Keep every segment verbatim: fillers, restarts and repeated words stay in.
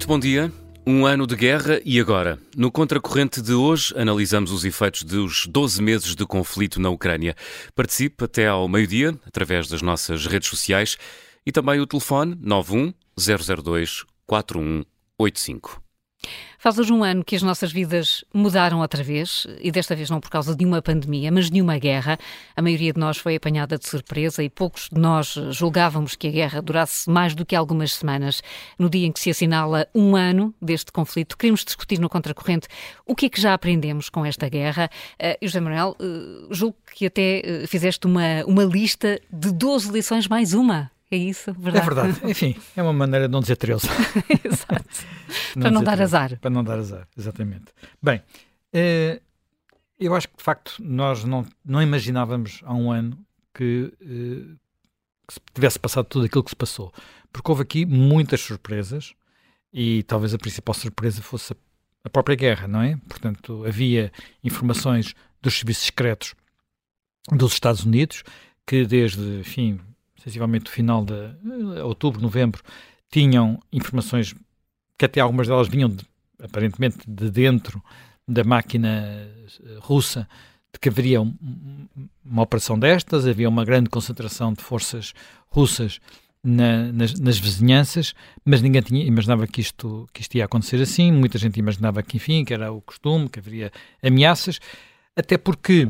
Muito bom dia. Um ano de guerra e agora? No Contracorrente de hoje, analisamos os efeitos dos doze meses de conflito na Ucrânia. Participe até ao meio-dia, através das nossas redes sociais e também o telefone nove um zero zero dois quatro um oito cinco. Faz hoje um ano que as nossas vidas mudaram outra vez, e desta vez não por causa de uma pandemia, mas de uma guerra. A maioria de nós foi apanhada de surpresa e poucos de nós julgávamos que a guerra durasse mais do que algumas semanas. No dia em que se assinala um ano deste conflito, queremos discutir no Contracorrente o que é que já aprendemos com esta guerra. Uh, José Manuel, uh, julgo que até uh, fizeste uma, uma lista de doze lições mais uma. É isso? Verdade? É verdade. Enfim, é uma maneira de não dizer treze. Exato. Para não, não dar treze. azar. Para não dar azar, exatamente. Bem, eh, eu acho que, de facto, nós não, não imaginávamos há um ano que, eh, que se tivesse passado tudo aquilo que se passou. Porque houve aqui muitas surpresas e talvez a principal surpresa fosse a, a própria guerra, não é? Portanto, havia informações dos serviços secretos dos Estados Unidos que desde, enfim, sensivelmente o final de uh, outubro, novembro, tinham informações que até algumas delas vinham, de, aparentemente, de dentro da máquina uh, russa, de que haveria um, uma operação destas, havia uma grande concentração de forças russas na, nas, nas vizinhanças, mas ninguém tinha, imaginava que isto, que isto ia acontecer assim. Muita gente imaginava que, enfim, que era o costume, que haveria ameaças, até porque,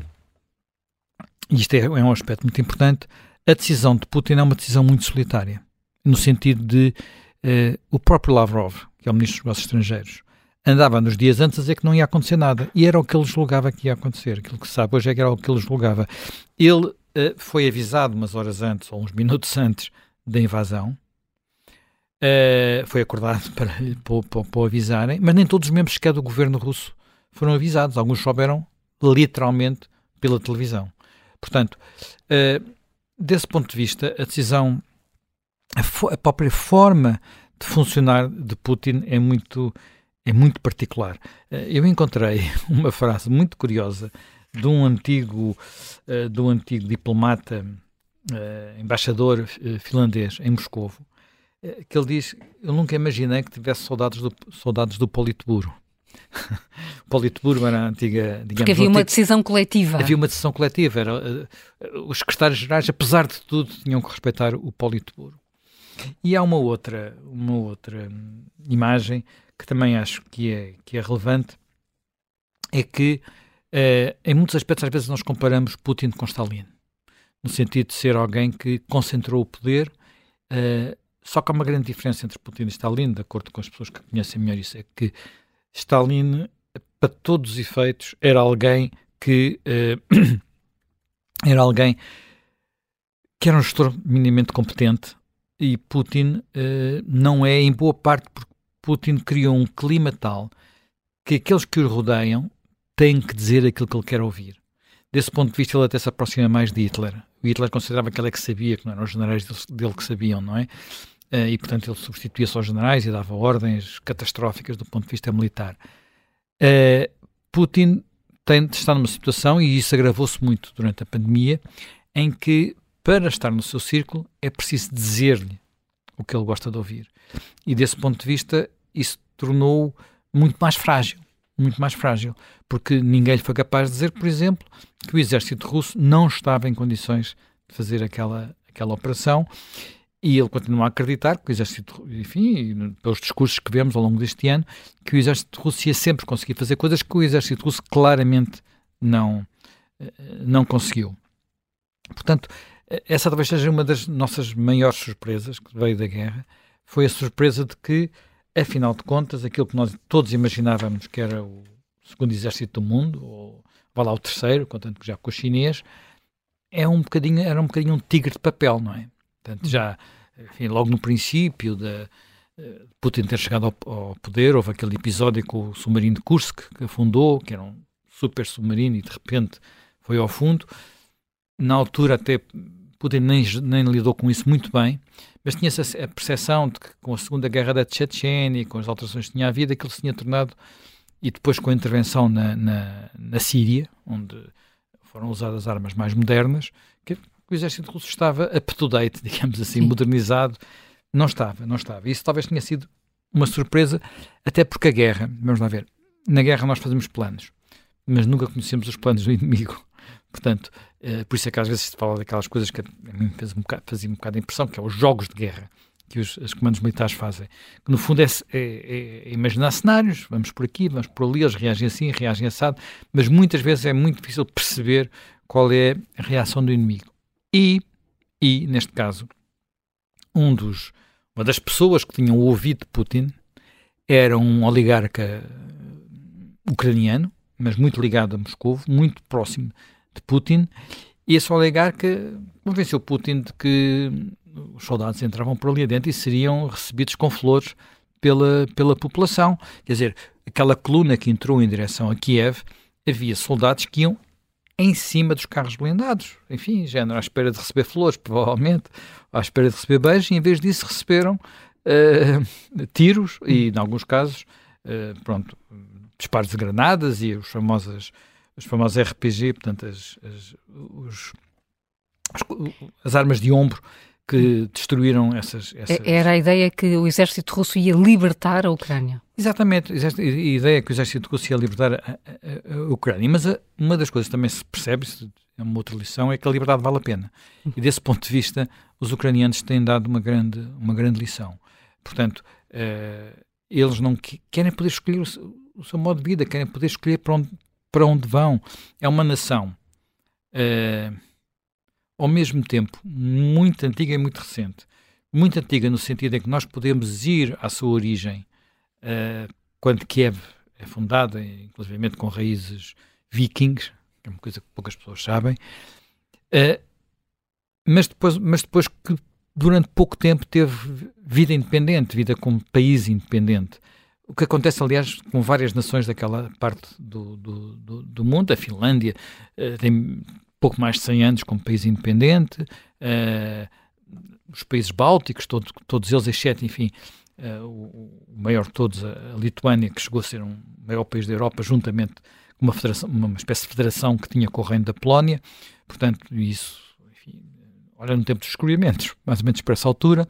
e isto é, é um aspecto muito importante, a decisão de Putin é uma decisão muito solitária, no sentido de uh, o próprio Lavrov, que é o Ministro dos Negócios Estrangeiros, andava nos dias antes a dizer que não ia acontecer nada, e era o que ele julgava que ia acontecer. Aquilo que se sabe hoje é que era o que ele julgava. Ele uh, foi avisado umas horas antes, ou uns minutos antes da invasão, uh, foi acordado para, para, para, para o avisarem, mas nem todos os membros sequer do governo russo foram avisados. Alguns souberam literalmente pela televisão. Portanto, uh, desse ponto de vista, a decisão, a, fo- a própria forma de funcionar de Putin é muito, é muito particular. Eu encontrei uma frase muito curiosa de um antigo, uh, de um antigo diplomata, uh, embaixador uh, finlandês em Moscovo, uh, que ele diz: eu nunca imaginei que tivesse soldados do, soldados do Politburo. O Politburo era a antiga, digamos... Porque havia uma antigo, decisão coletiva. Havia uma decisão coletiva. Era, uh, os secretários-gerais, apesar de tudo, tinham que respeitar o Politburo. E há uma outra, uma outra um, imagem que também acho que é, que é relevante, é que uh, em muitos aspectos às vezes nós comparamos Putin com Stalin, no sentido de ser alguém que concentrou o poder, uh, só que há uma grande diferença entre Putin e Stalin, de acordo com as pessoas que conhecem melhor isso, é que Stalin, para todos os efeitos, era alguém que uh, era alguém que era um gestor minimamente competente, e Putin uh, não é, em boa parte, porque Putin criou um clima tal que aqueles que o rodeiam têm que dizer aquilo que ele quer ouvir. Desse ponto de vista, ele até se aproxima mais de Hitler. O Hitler considerava que ele é que sabia, que não eram os generais dele que sabiam, não é? Uh, e, portanto, ele substituía-se aos generais e dava ordens catastróficas do ponto de vista militar. Uh, Putin tem de estar numa situação, e isso agravou-se muito durante a pandemia, em que, para estar no seu círculo, é preciso dizer-lhe o que ele gosta de ouvir. E, desse ponto de vista, isso tornou-o muito mais frágil, muito mais frágil, porque ninguém lhe foi capaz de dizer, por exemplo, que o exército russo não estava em condições de fazer aquela, aquela operação. E ele continua a acreditar que o exército, enfim, pelos discursos que vemos ao longo deste ano, que o exército russo ia sempre conseguir fazer coisas que o exército russo claramente não, não conseguiu. Portanto, essa talvez seja uma das nossas maiores surpresas que veio da guerra, foi a surpresa de que, afinal de contas, aquilo que nós todos imaginávamos que era o segundo exército do mundo, ou vá lá o terceiro, contanto que já com o chinês, é um bocadinho, era um bocadinho um tigre de papel, não é? Portanto, já, enfim, logo no princípio de uh, Putin ter chegado ao, ao poder, houve aquele episódio com o submarino de Kursk, que afundou, que era um super submarino e de repente foi ao fundo. Na altura até Putin nem, nem lidou com isso muito bem, mas tinha-se a percepção de que com a Segunda Guerra da Chechênia, com as alterações que tinha havido, aquilo se tinha tornado, e depois com a intervenção na, na, na Síria, onde foram usadas armas mais modernas, que o exército russo estava up to date, digamos assim, Sim. modernizado. Não estava, não estava. Isso talvez tenha sido uma surpresa, até porque a guerra, vamos lá ver, na guerra nós fazemos planos, mas nunca conhecemos os planos do inimigo. Portanto, uh, por isso é que às vezes se fala daquelas coisas que a mim fez um bocado, fazia um bocado de impressão, que é os jogos de guerra que os, os comandos militares fazem. Que no fundo é, é, é imaginar cenários, vamos por aqui, vamos por ali, eles reagem assim, reagem assado, mas muitas vezes é muito difícil perceber qual é a reação do inimigo. E, e neste caso, um dos, uma das pessoas que tinham ouvido Putin era um oligarca ucraniano, mas muito ligado a Moscou, muito próximo de Putin, e esse oligarca convenceu Putin de que os soldados entravam por ali adentro e seriam recebidos com flores pela, pela população. Quer dizer, aquela coluna que entrou em direção a Kiev, havia soldados que iam em cima dos carros blindados, enfim, já à espera de receber flores, provavelmente, à espera de receber beijos, e em vez disso receberam uh, tiros e, em alguns casos, uh, pronto, disparos de granadas e os famosos, os famosos R P G, portanto, as, as, os, as armas de ombro que destruíram essas, essas... Era a ideia que o exército russo ia libertar a Ucrânia. Exatamente, a ideia que o exército russo ia libertar a, a, a Ucrânia. Mas a, uma das coisas que também se percebe, é uma outra lição, é que a liberdade vale a pena. E desse ponto de vista, os ucranianos têm dado uma grande, uma grande lição. Portanto, uh, eles não que, querem poder escolher o seu, o seu modo de vida, querem poder escolher para onde, para onde vão. É uma nação... Uh, ao mesmo tempo, muito antiga e muito recente. Muito antiga no sentido em que nós podemos ir à sua origem uh, quando Kiev é fundada, inclusive com raízes vikings, que é uma coisa que poucas pessoas sabem, uh, mas, depois, mas depois que durante pouco tempo teve vida independente, vida como país independente. O que acontece, aliás, com várias nações daquela parte do, do, do, do mundo. A Finlândia uh, tem... pouco mais de cem anos como país independente, uh, os países bálticos, todo, todos eles, exceto, enfim, uh, o, o maior de todos, a, a Lituânia, que chegou a ser um maior país da Europa, juntamente com uma, federação, uma espécie de federação que tinha com o reino da Polónia. Portanto, isso, enfim, olha no tempo dos descobrimentos, mais ou menos para essa altura.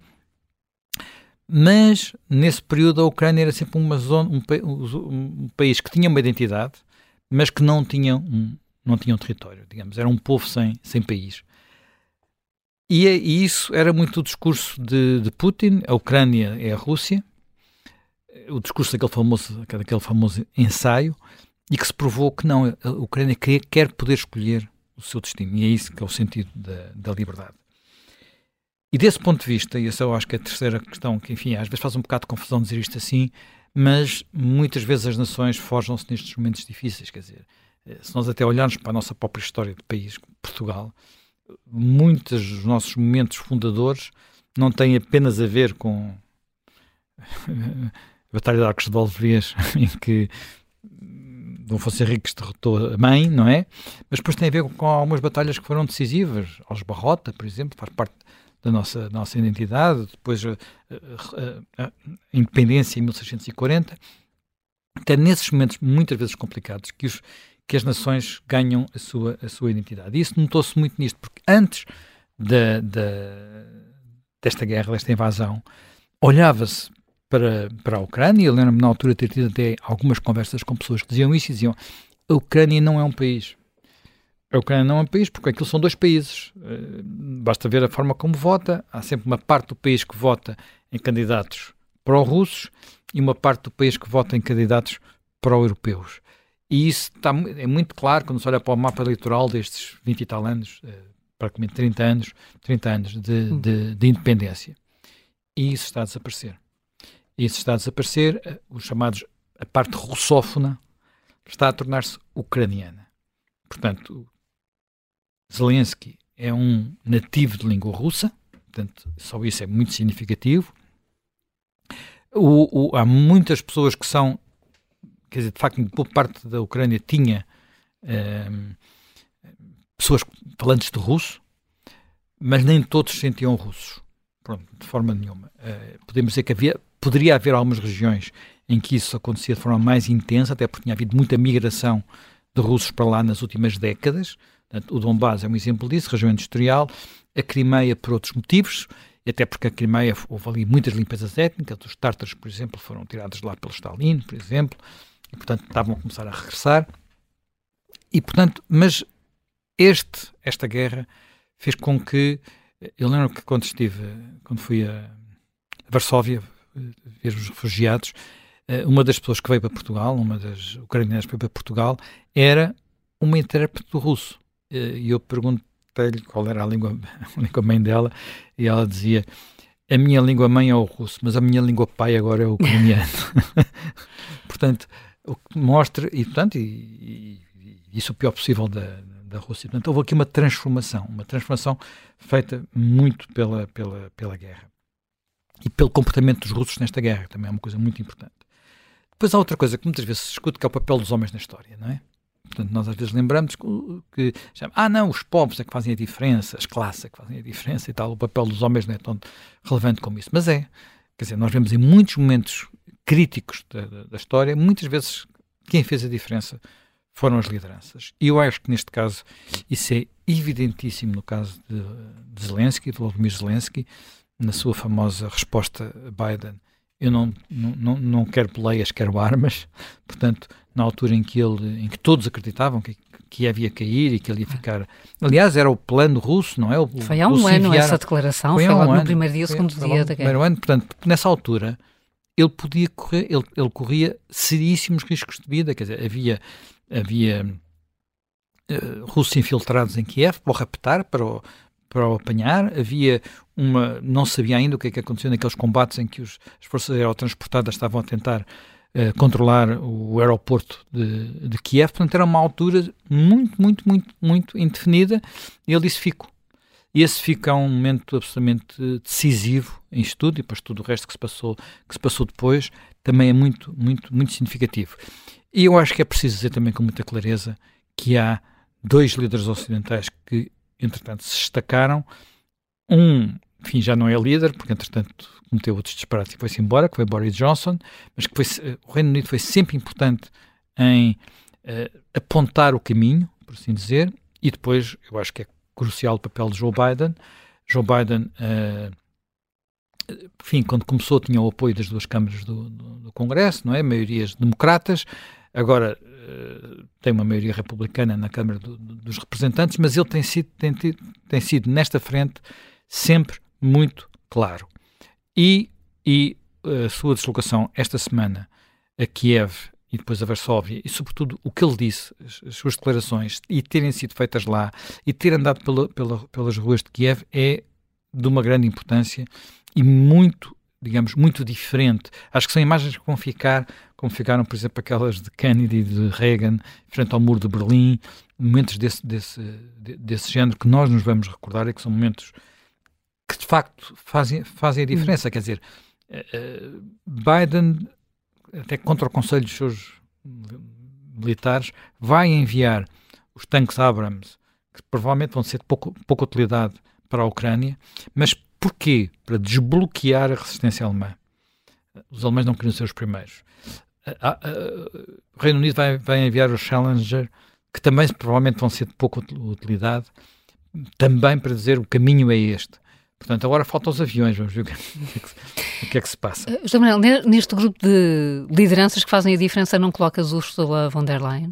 Mas, nesse período, a Ucrânia era sempre uma zona, um, um, um país que tinha uma identidade, mas que não tinha um não tinham território, digamos, era um povo sem, sem país. E, e isso era muito o discurso de, de Putin. A Ucrânia é a Rússia, o discurso daquele famoso, daquele famoso ensaio, e que se provou que não, a Ucrânia quer, quer poder escolher o seu destino, e é isso que é o sentido da, da liberdade. E desse ponto de vista, e essa eu acho que é a terceira questão, que enfim, às vezes faz um bocado de confusão dizer isto assim, mas muitas vezes as nações forjam-se nestes momentos difíceis, quer dizer, se nós até olharmos para a nossa própria história de país, Portugal, muitos dos nossos momentos fundadores não têm apenas a ver com a Batalha de Arcos de Valdevez, em que Dom Afonso Henriques derrotou a mãe, não é? Mas depois tem a ver com algumas batalhas que foram decisivas. Aos Barrota, por exemplo, faz parte da nossa, da nossa identidade. Depois a, a, a, a independência em mil seiscentos e quarenta. Até nesses momentos, muitas vezes complicados, que os que as nações ganham a sua, a sua identidade. E isso notou-se muito nisto, porque antes da, da, desta guerra, desta invasão, olhava-se para, para a Ucrânia. Eu lembro-me na altura ter tido até algumas conversas com pessoas que diziam isso e diziam: a Ucrânia não é um país. A Ucrânia não é um país porque aquilo são dois países. Basta ver a forma como vota. Há sempre uma parte do país que vota em candidatos pró-russos e uma parte do país que vota em candidatos pró-europeus. E isso está, é muito claro quando se olha para o mapa eleitoral destes vinte e tal anos, praticamente trinta anos, trinta anos de, de, de independência. E isso está a desaparecer. Isso está a desaparecer, os chamados, a parte russófona está a tornar-se ucraniana. Portanto, Zelensky é um nativo de língua russa, portanto, só isso é muito significativo. O, o, há muitas pessoas que são, quer dizer, de facto, por parte da Ucrânia tinha um, pessoas falantes de russo, mas nem todos se sentiam russos. Pronto, de forma nenhuma. Uh, podemos dizer que havia, poderia haver algumas regiões em que isso acontecia de forma mais intensa, até porque tinha havido muita migração de russos para lá nas últimas décadas. Portanto, o Donbass é um exemplo disso, região industrial, a Crimeia por outros motivos, até porque a Crimeia houve ali muitas limpezas étnicas, os tártaros, por exemplo, foram tirados lá pelo Stalin, por exemplo, e portanto estavam a começar a regressar, e portanto, mas este, esta guerra fez com que, eu lembro que quando estive, quando fui a Varsóvia ver os refugiados, uma das pessoas que veio para Portugal, uma das ucranianas que veio para Portugal, era uma intérprete do russo, e eu perguntei-lhe qual era a língua, a língua mãe dela, e ela dizia: a minha língua mãe é o russo, mas a minha língua pai agora é o ucraniano. Portanto, o que mostra, e portanto, e, e, e isso é o pior possível da, da Rússia. Portanto, houve aqui uma transformação, uma transformação feita muito pela, pela, pela guerra. E pelo comportamento dos russos nesta guerra, também é uma coisa muito importante. Depois há outra coisa que muitas vezes se discute, que é o papel dos homens na história, não é? Portanto, nós às vezes lembramos que, que ah não, os povos é que fazem a diferença, as classes é que fazem a diferença e tal, o papel dos homens não é tão relevante como isso. Mas é, quer dizer, nós vemos em muitos momentos críticos da, da, da história, muitas vezes quem fez a diferença foram as lideranças. E eu acho que neste caso isso é evidentíssimo no caso de, de Zelensky, de Volodymyr Zelensky, na sua famosa resposta a Biden. Eu não, não, não quero peleias, quero armas. Portanto, na altura em que ele, em que todos acreditavam que, que Kiev ia cair e que ele ia ficar... Aliás, era o plano russo, não é? O, foi há um ano enviar... essa declaração, foi, foi logo um no ano, primeiro dia, segundo dia da guerra. Primeiro ano, portanto, nessa altura, ele podia correr, ele, ele corria seríssimos riscos de vida, quer dizer, havia, havia uh, russos infiltrados em Kiev para o raptar, para o, para o apanhar, havia uma... não sabia ainda o que é que aconteceu naqueles combates em que os, as forças aerotransportadas estavam a tentar Uh, controlar o aeroporto de, de Kiev, portanto era uma altura muito, muito, muito, muito indefinida, e ele disse fico. E esse fico é um momento absolutamente decisivo em isto tudo, e depois tudo o resto que se passou, que se passou depois, também é muito, muito, muito significativo. E eu acho que é preciso dizer também com muita clareza que há dois líderes ocidentais que, entretanto, se destacaram. Um, enfim, já não é líder, porque, entretanto, cometeu outros disparates e foi-se embora, que foi Boris Johnson, mas que foi, o Reino Unido foi sempre importante em uh, apontar o caminho, por assim dizer, e depois eu acho que é crucial o papel de Joe Biden. Joe Biden, uh, enfim, quando começou tinha o apoio das duas câmaras do, do, do Congresso, não é? Maiorias democratas, agora uh, tem uma maioria republicana na Câmara do, do, dos Representantes, mas ele tem sido, tem, tem sido nesta frente sempre muito claro. E, e a sua deslocação esta semana a Kiev e depois a Varsóvia, e sobretudo o que ele disse, as, as suas declarações, e terem sido feitas lá, e ter andado pela, pela, pelas ruas de Kiev, é de uma grande importância e muito, digamos, muito diferente. Acho que são imagens que vão ficar, como ficaram, por exemplo, aquelas de Kennedy e de Reagan, frente ao muro de Berlim, momentos desse, desse, desse género que nós nos vamos recordar e que são momentos que de facto fazem, fazem a diferença. Hum. Quer dizer, uh, Biden, até contra o Conselho dos seus militares, vai enviar os tanques Abrams, que provavelmente vão ser de pouco, pouca utilidade para a Ucrânia, mas porquê? Para desbloquear a resistência alemã. Os alemães não queriam ser os primeiros. Uh, uh, uh, o Reino Unido vai, vai enviar os Challenger, que também provavelmente vão ser de pouca utilidade, também para dizer o caminho é este. Portanto, agora faltam os aviões, vamos ver o que, é que, o que é que se passa. Uh, José Manuel, neste grupo de lideranças que fazem a diferença, não colocas Ursula von der Leyen?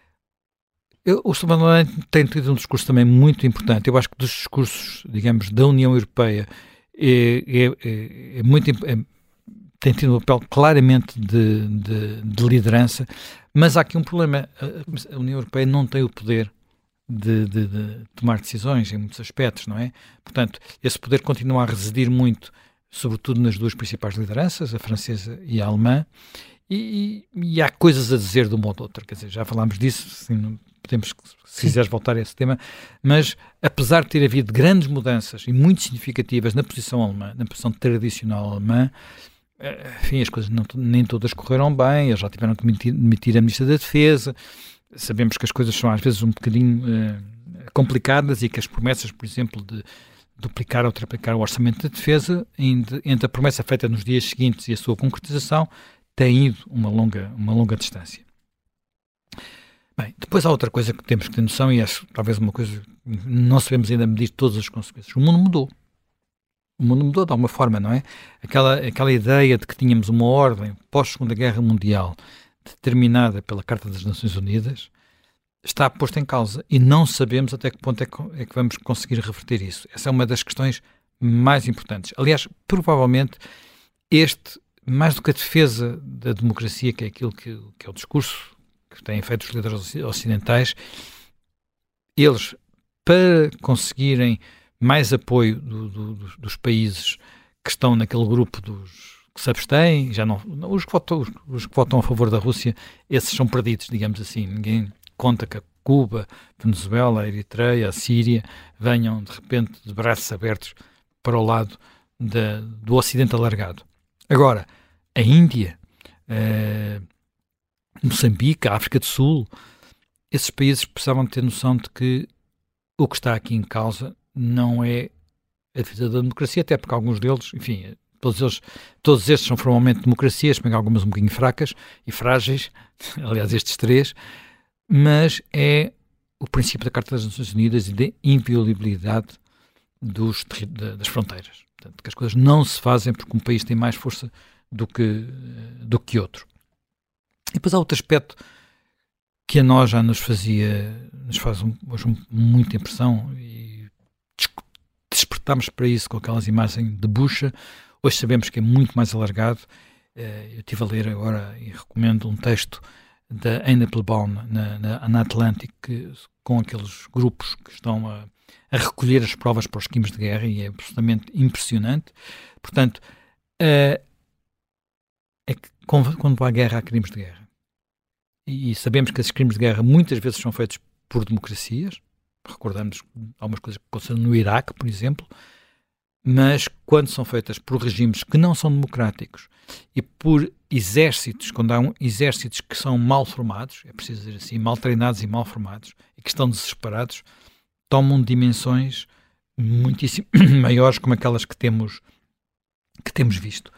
Eu, Ursula von der Leyen tem tido um discurso também muito importante. Eu acho que dos discursos, digamos, da União Europeia é, é, é, é muito, é, tem tido um papel claramente de, de, de liderança, mas há aqui um problema. A, a União Europeia não tem o poder De, de, de tomar decisões em muitos aspectos, não é? Portanto, esse poder continua a residir muito, sobretudo nas duas principais lideranças, a francesa e a alemã, e, e há coisas a dizer de uma ou de outra, quer dizer, já falámos disso, assim, podemos, se quiseres voltar a esse tema, mas apesar de ter havido grandes mudanças e muito significativas na posição alemã, na posição tradicional alemã, enfim, as coisas não, nem todas correram bem, eles já tiveram que demitir, demitir a Ministra da Defesa. Sabemos que as coisas são às vezes um bocadinho uh, complicadas e que as promessas, por exemplo, de duplicar ou triplicar o orçamento da defesa, entre a promessa feita nos dias seguintes e a sua concretização, tem ido uma longa, uma longa distância. Bem, depois há outra coisa que temos que ter noção, e acho talvez uma coisa, não sabemos ainda medir todas as consequências. O mundo mudou. O mundo mudou de alguma forma, não é? Aquela, aquela ideia de que tínhamos uma ordem pós-Segunda Guerra Mundial determinada pela Carta das Nações Unidas está posta em causa e não sabemos até que ponto é que, é que vamos conseguir reverter isso. Essa é uma das questões mais importantes. Aliás, provavelmente, este, mais do que a defesa da democracia, que é aquilo que, que é o discurso que têm feito os líderes ocidentais, eles, para conseguirem mais apoio do, do, dos, dos países que estão naquele grupo dos que se abstêm, já não, os, que votam, os, os que votam a favor da Rússia, esses são perdidos, digamos assim. Ninguém conta que a Cuba, Venezuela, a Eritreia, a Síria venham de repente de braços abertos para o lado da, do Ocidente alargado. Agora, a Índia, eh, Moçambique, a África do Sul, esses países precisavam ter noção de que o que está aqui em causa não é a defesa da democracia, até porque alguns deles, enfim, todos, eles, todos estes são formalmente democracias, mas algumas um bocadinho fracas e frágeis, aliás estes três, mas é o princípio da Carta das Nações Unidas e da inviolabilidade dos, das fronteiras. Portanto, que as coisas não se fazem porque um país tem mais força do que, do que outro. E depois há outro aspecto que a nós já nos fazia, nos faz um, hoje muita impressão e despertámos para isso com aquelas imagens de Bucha. Hoje sabemos que é muito mais alargado. Eu estive a ler agora e recomendo um texto da Anne Applebaum na, na, na Atlantic, que, com aqueles grupos que estão a, a recolher as provas para os crimes de guerra, e é absolutamente impressionante. Portanto, uh, é que quando há guerra, há crimes de guerra. E, e sabemos que esses crimes de guerra muitas vezes são feitos por democracias. Recordamos algumas coisas que aconteceram no Iraque, por exemplo, mas quando são feitas por regimes que não são democráticos e por exércitos, quando há um, exércitos que são mal formados, é preciso dizer assim, mal treinados e mal formados, e que estão desesperados, tomam dimensões muitíssimo maiores como aquelas que temos, que temos visto.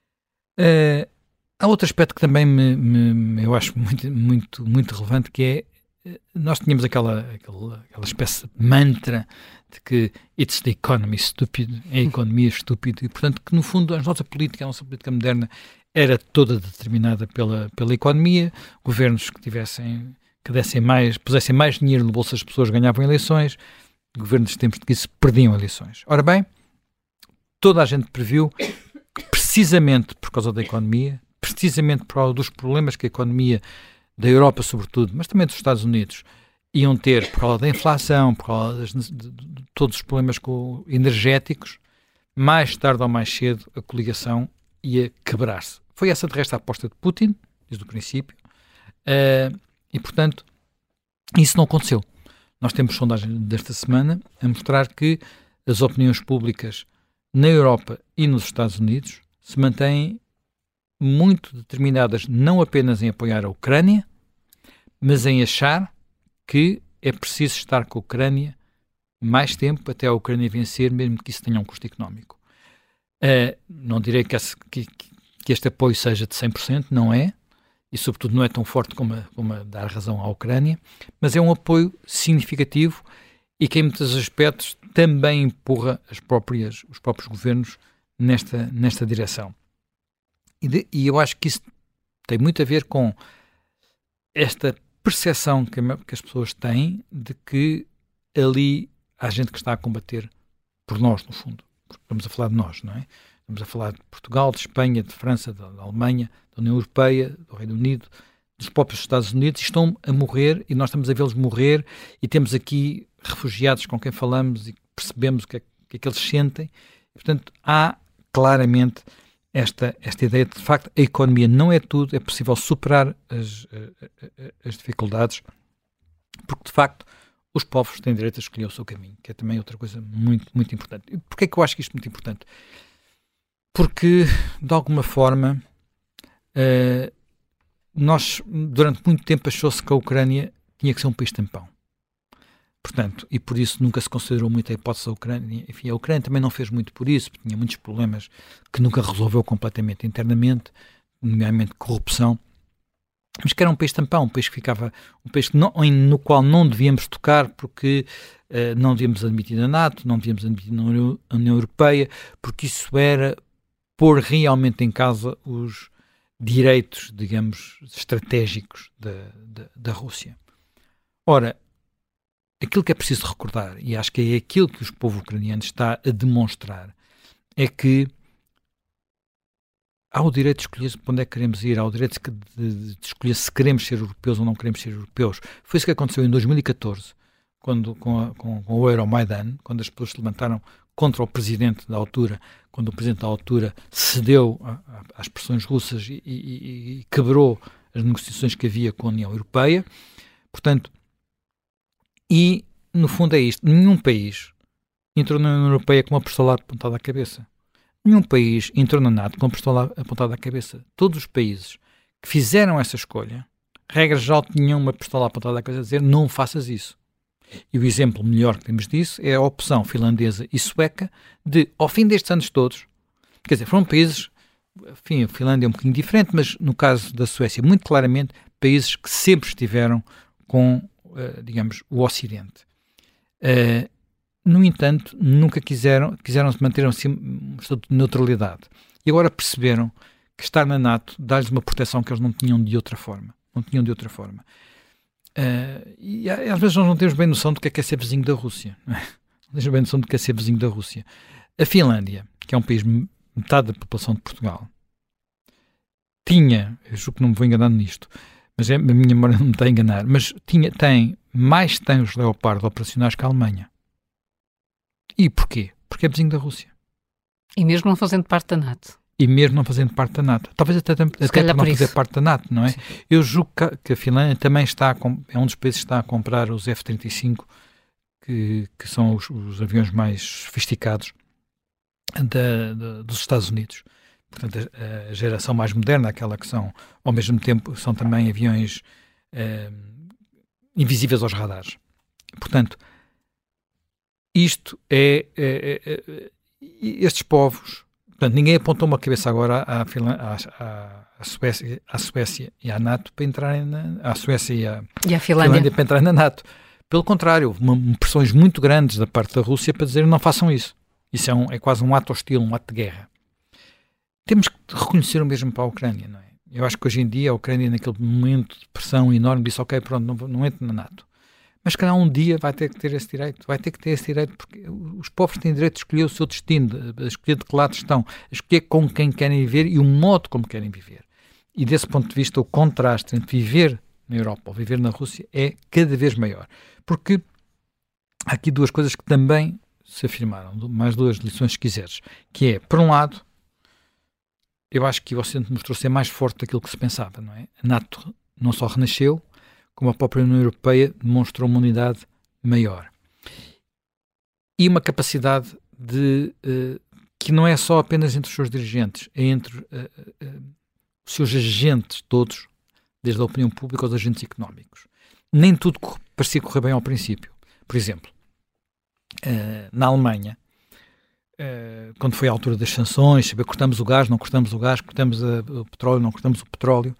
Uh, há outro aspecto que também me, me, eu acho muito, muito, muito relevante, que é, nós tínhamos aquela, aquela, aquela espécie de mantra de que it's the economy stupid, é a economia estúpida, e portanto que no fundo a nossa política, a nossa política moderna era toda determinada pela, pela economia. Governos que tivessem, que dessem mais, pusessem mais dinheiro no bolso das pessoas ganhavam eleições, governos de tempos de crise perdiam eleições. Ora bem, toda a gente previu que precisamente por causa da economia, precisamente por causa dos problemas que a economia da Europa sobretudo, mas também dos Estados Unidos, iam ter por causa da inflação, por causa das, de, de, de todos os problemas com, energéticos, mais tarde ou mais cedo a coligação ia quebrar-se. Foi essa de resto a aposta de Putin, desde o princípio, uh, e portanto isso não aconteceu. Nós temos sondagens desta semana a mostrar que as opiniões públicas na Europa e nos Estados Unidos se mantêm muito determinadas não apenas em apoiar a Ucrânia, mas em achar que é preciso estar com a Ucrânia mais tempo até a Ucrânia vencer, mesmo que isso tenha um custo económico. Uh, não direi que, esse, que, que este apoio seja de cem por cento, não é, e sobretudo não é tão forte como a, como a dar razão à Ucrânia, mas é um apoio significativo e que em muitos aspectos também empurra as próprias, os próprios governos nesta, nesta direção. E, de, e eu acho que isso tem muito a ver com esta percepção que, que as pessoas têm de que ali há gente que está a combater por nós, no fundo. Porque estamos a falar de nós, não é? Estamos a falar de Portugal, de Espanha, de França, da, da Alemanha, da União Europeia, do Reino Unido, dos próprios Estados Unidos, e estão a morrer, e nós estamos a vê-los morrer, e temos aqui refugiados com quem falamos e percebemos o que é que, é que eles sentem. E, portanto, há claramente Esta, esta ideia de, de facto, a economia não é tudo, é possível superar as, as dificuldades, porque, de facto, os povos têm direito a escolher o seu caminho, que é também outra coisa muito, muito importante. E porquê é que eu acho que isto é muito importante? Porque, de alguma forma, uh, nós, durante muito tempo, achou-se que a Ucrânia tinha que ser um país tampão. Portanto, e por isso nunca se considerou muito a hipótese da Ucrânia. Enfim, a Ucrânia também não fez muito por isso, porque tinha muitos problemas que nunca resolveu completamente internamente, nomeadamente corrupção. mas que era um país tampão, um país que ficava, um país que não, no qual não devíamos tocar porque uh, não devíamos admitir na NATO, não devíamos admitir na União, União Europeia, porque isso era pôr realmente em causa os direitos, digamos, estratégicos da, da, da Rússia. Ora, aquilo que é preciso recordar, e acho que é aquilo que o povo ucraniano está a demonstrar, é que há o direito de escolher para onde é que queremos ir, há o direito de, de escolher se queremos ser europeus ou não queremos ser europeus. Foi isso que aconteceu em dois mil e catorze, quando, com, a, com, com o Euromaidan, quando as pessoas se levantaram contra o presidente da altura, quando o presidente da altura cedeu a, a, às pressões russas e, e, e quebrou as negociações que havia com a União Europeia. Portanto, e no fundo é isto, nenhum país entrou na União Europeia com uma pistola apontada à cabeça. Nenhum país entrou na NATO com uma pistola apontada à cabeça. Todos os países que fizeram essa escolha, regra geral, tinham uma pistola apontada à cabeça a dizer não faças isso. E o exemplo melhor que temos disso é a opção finlandesa e sueca de, ao fim destes anos todos, quer dizer, foram países, enfim, a Finlândia é um bocadinho diferente, mas no caso da Suécia, muito claramente, países que sempre estiveram com, uh, digamos, o Ocidente. Uh, no entanto, nunca quiseram, quiseram se manter assim, um estatuto de neutralidade. E agora perceberam que estar na NATO dá-lhes uma proteção que eles não tinham de outra forma. Não tinham de outra forma. Uh, e às vezes nós não temos bem noção do que é, que é ser vizinho da Rússia. Não, é? Não temos bem noção do que é ser vizinho da Rússia. A Finlândia, que é um país, metade da população de Portugal, tinha, eu julgo que não me vou enganar nisto, mas é, a minha memória não me está a enganar, mas tinha, tem mais tanques Leopard operacionais que a Alemanha. E porquê? Porque é vizinho da Rússia. E mesmo não fazendo parte da NATO. E mesmo não fazendo parte da NATO. Talvez até, até por não por fazer parte da NATO, não é? Sim. Eu julgo que a Finlândia também está, a, é um dos países que está a comprar os F trinta e cinco, que, que são os, os aviões mais sofisticados da, da, dos Estados Unidos. Portanto, a, a geração mais moderna, aquela que são, ao mesmo tempo, são também aviões eh, invisíveis aos radares. Portanto, isto é, é, é, é estes povos. Portanto, ninguém apontou uma cabeça agora à, à, à, Suécia, à Suécia e à NATO para entrarem na... à Suécia e à, e à Finlândia. Finlândia para entrar na NATO. Pelo contrário, houve uma, pressões muito grandes da parte da Rússia para dizer não façam isso. Isso é, um, é quase um ato hostil, um ato de guerra. Temos que reconhecer o mesmo para a Ucrânia, não é? Eu acho que hoje em dia a Ucrânia, naquele momento de pressão enorme, disse ok, pronto, não, não entro na NATO. Mas cada um dia vai ter que ter esse direito, vai ter que ter esse direito, porque os povos têm direito de escolher o seu destino, a escolher de que lado estão, a escolher com quem querem viver e o modo como querem viver. E desse ponto de vista, o contraste entre viver na Europa ou viver na Rússia é cada vez maior. Porque há aqui duas coisas que também se afirmaram, mais duas lições se quiseres, que é, por um lado, eu acho que o Ocidente mostrou ser mais forte daquilo que se pensava, não é? A NATO não só renasceu, como a própria União Europeia demonstrou uma unidade maior. E uma capacidade de, uh, que não é só apenas entre os seus dirigentes, é entre uh, uh, os seus agentes todos, desde a opinião pública aos agentes económicos. Nem tudo cor- parecia correr bem ao princípio. Por exemplo, uh, na Alemanha, uh, quando foi a altura das sanções, saber cortamos o gás, não cortamos o gás, cortamos a, o petróleo, não cortamos o petróleo,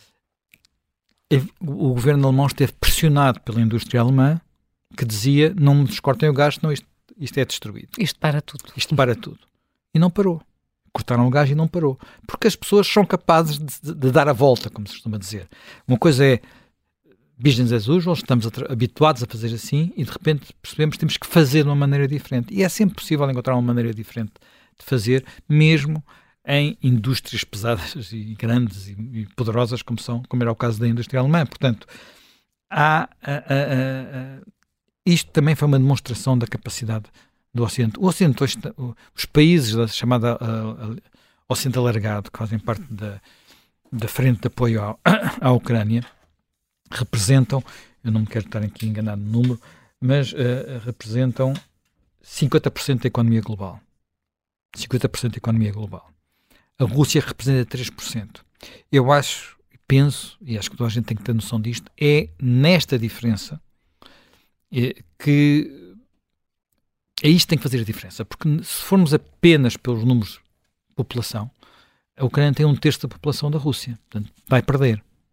o governo alemão esteve pressionado pela indústria alemã que dizia não me descortem o gás, senão isto, isto é destruído. Isto para tudo. Isto para tudo. E não parou. Cortaram o gás e não parou. Porque as pessoas são capazes de, de, de dar a volta, como se costuma dizer. Uma coisa é business as usual, estamos a tra- habituados a fazer assim e de repente percebemos que temos que fazer de uma maneira diferente. E é sempre possível encontrar uma maneira diferente de fazer, mesmo em indústrias pesadas e grandes e, e poderosas como, são, como era o caso da indústria alemã. Portanto, há, a, a, a, a, isto também foi uma demonstração da capacidade do Ocidente. O Ocidente, hoje, os países da chamada a, a, Ocidente alargado, que fazem parte da, da frente de apoio ao, à Ucrânia, representam, eu não me quero estar aqui enganado no número, mas uh, representam cinquenta por cento da economia global. cinquenta por cento da economia global. A Rússia representa três por cento. Eu acho, penso, e acho que toda a gente tem que ter noção disto, é nesta diferença é, que é isto que tem que fazer a diferença. Porque se formos apenas pelos números de população, a Ucrânia tem um terço da população da Rússia. Portanto, vai perder.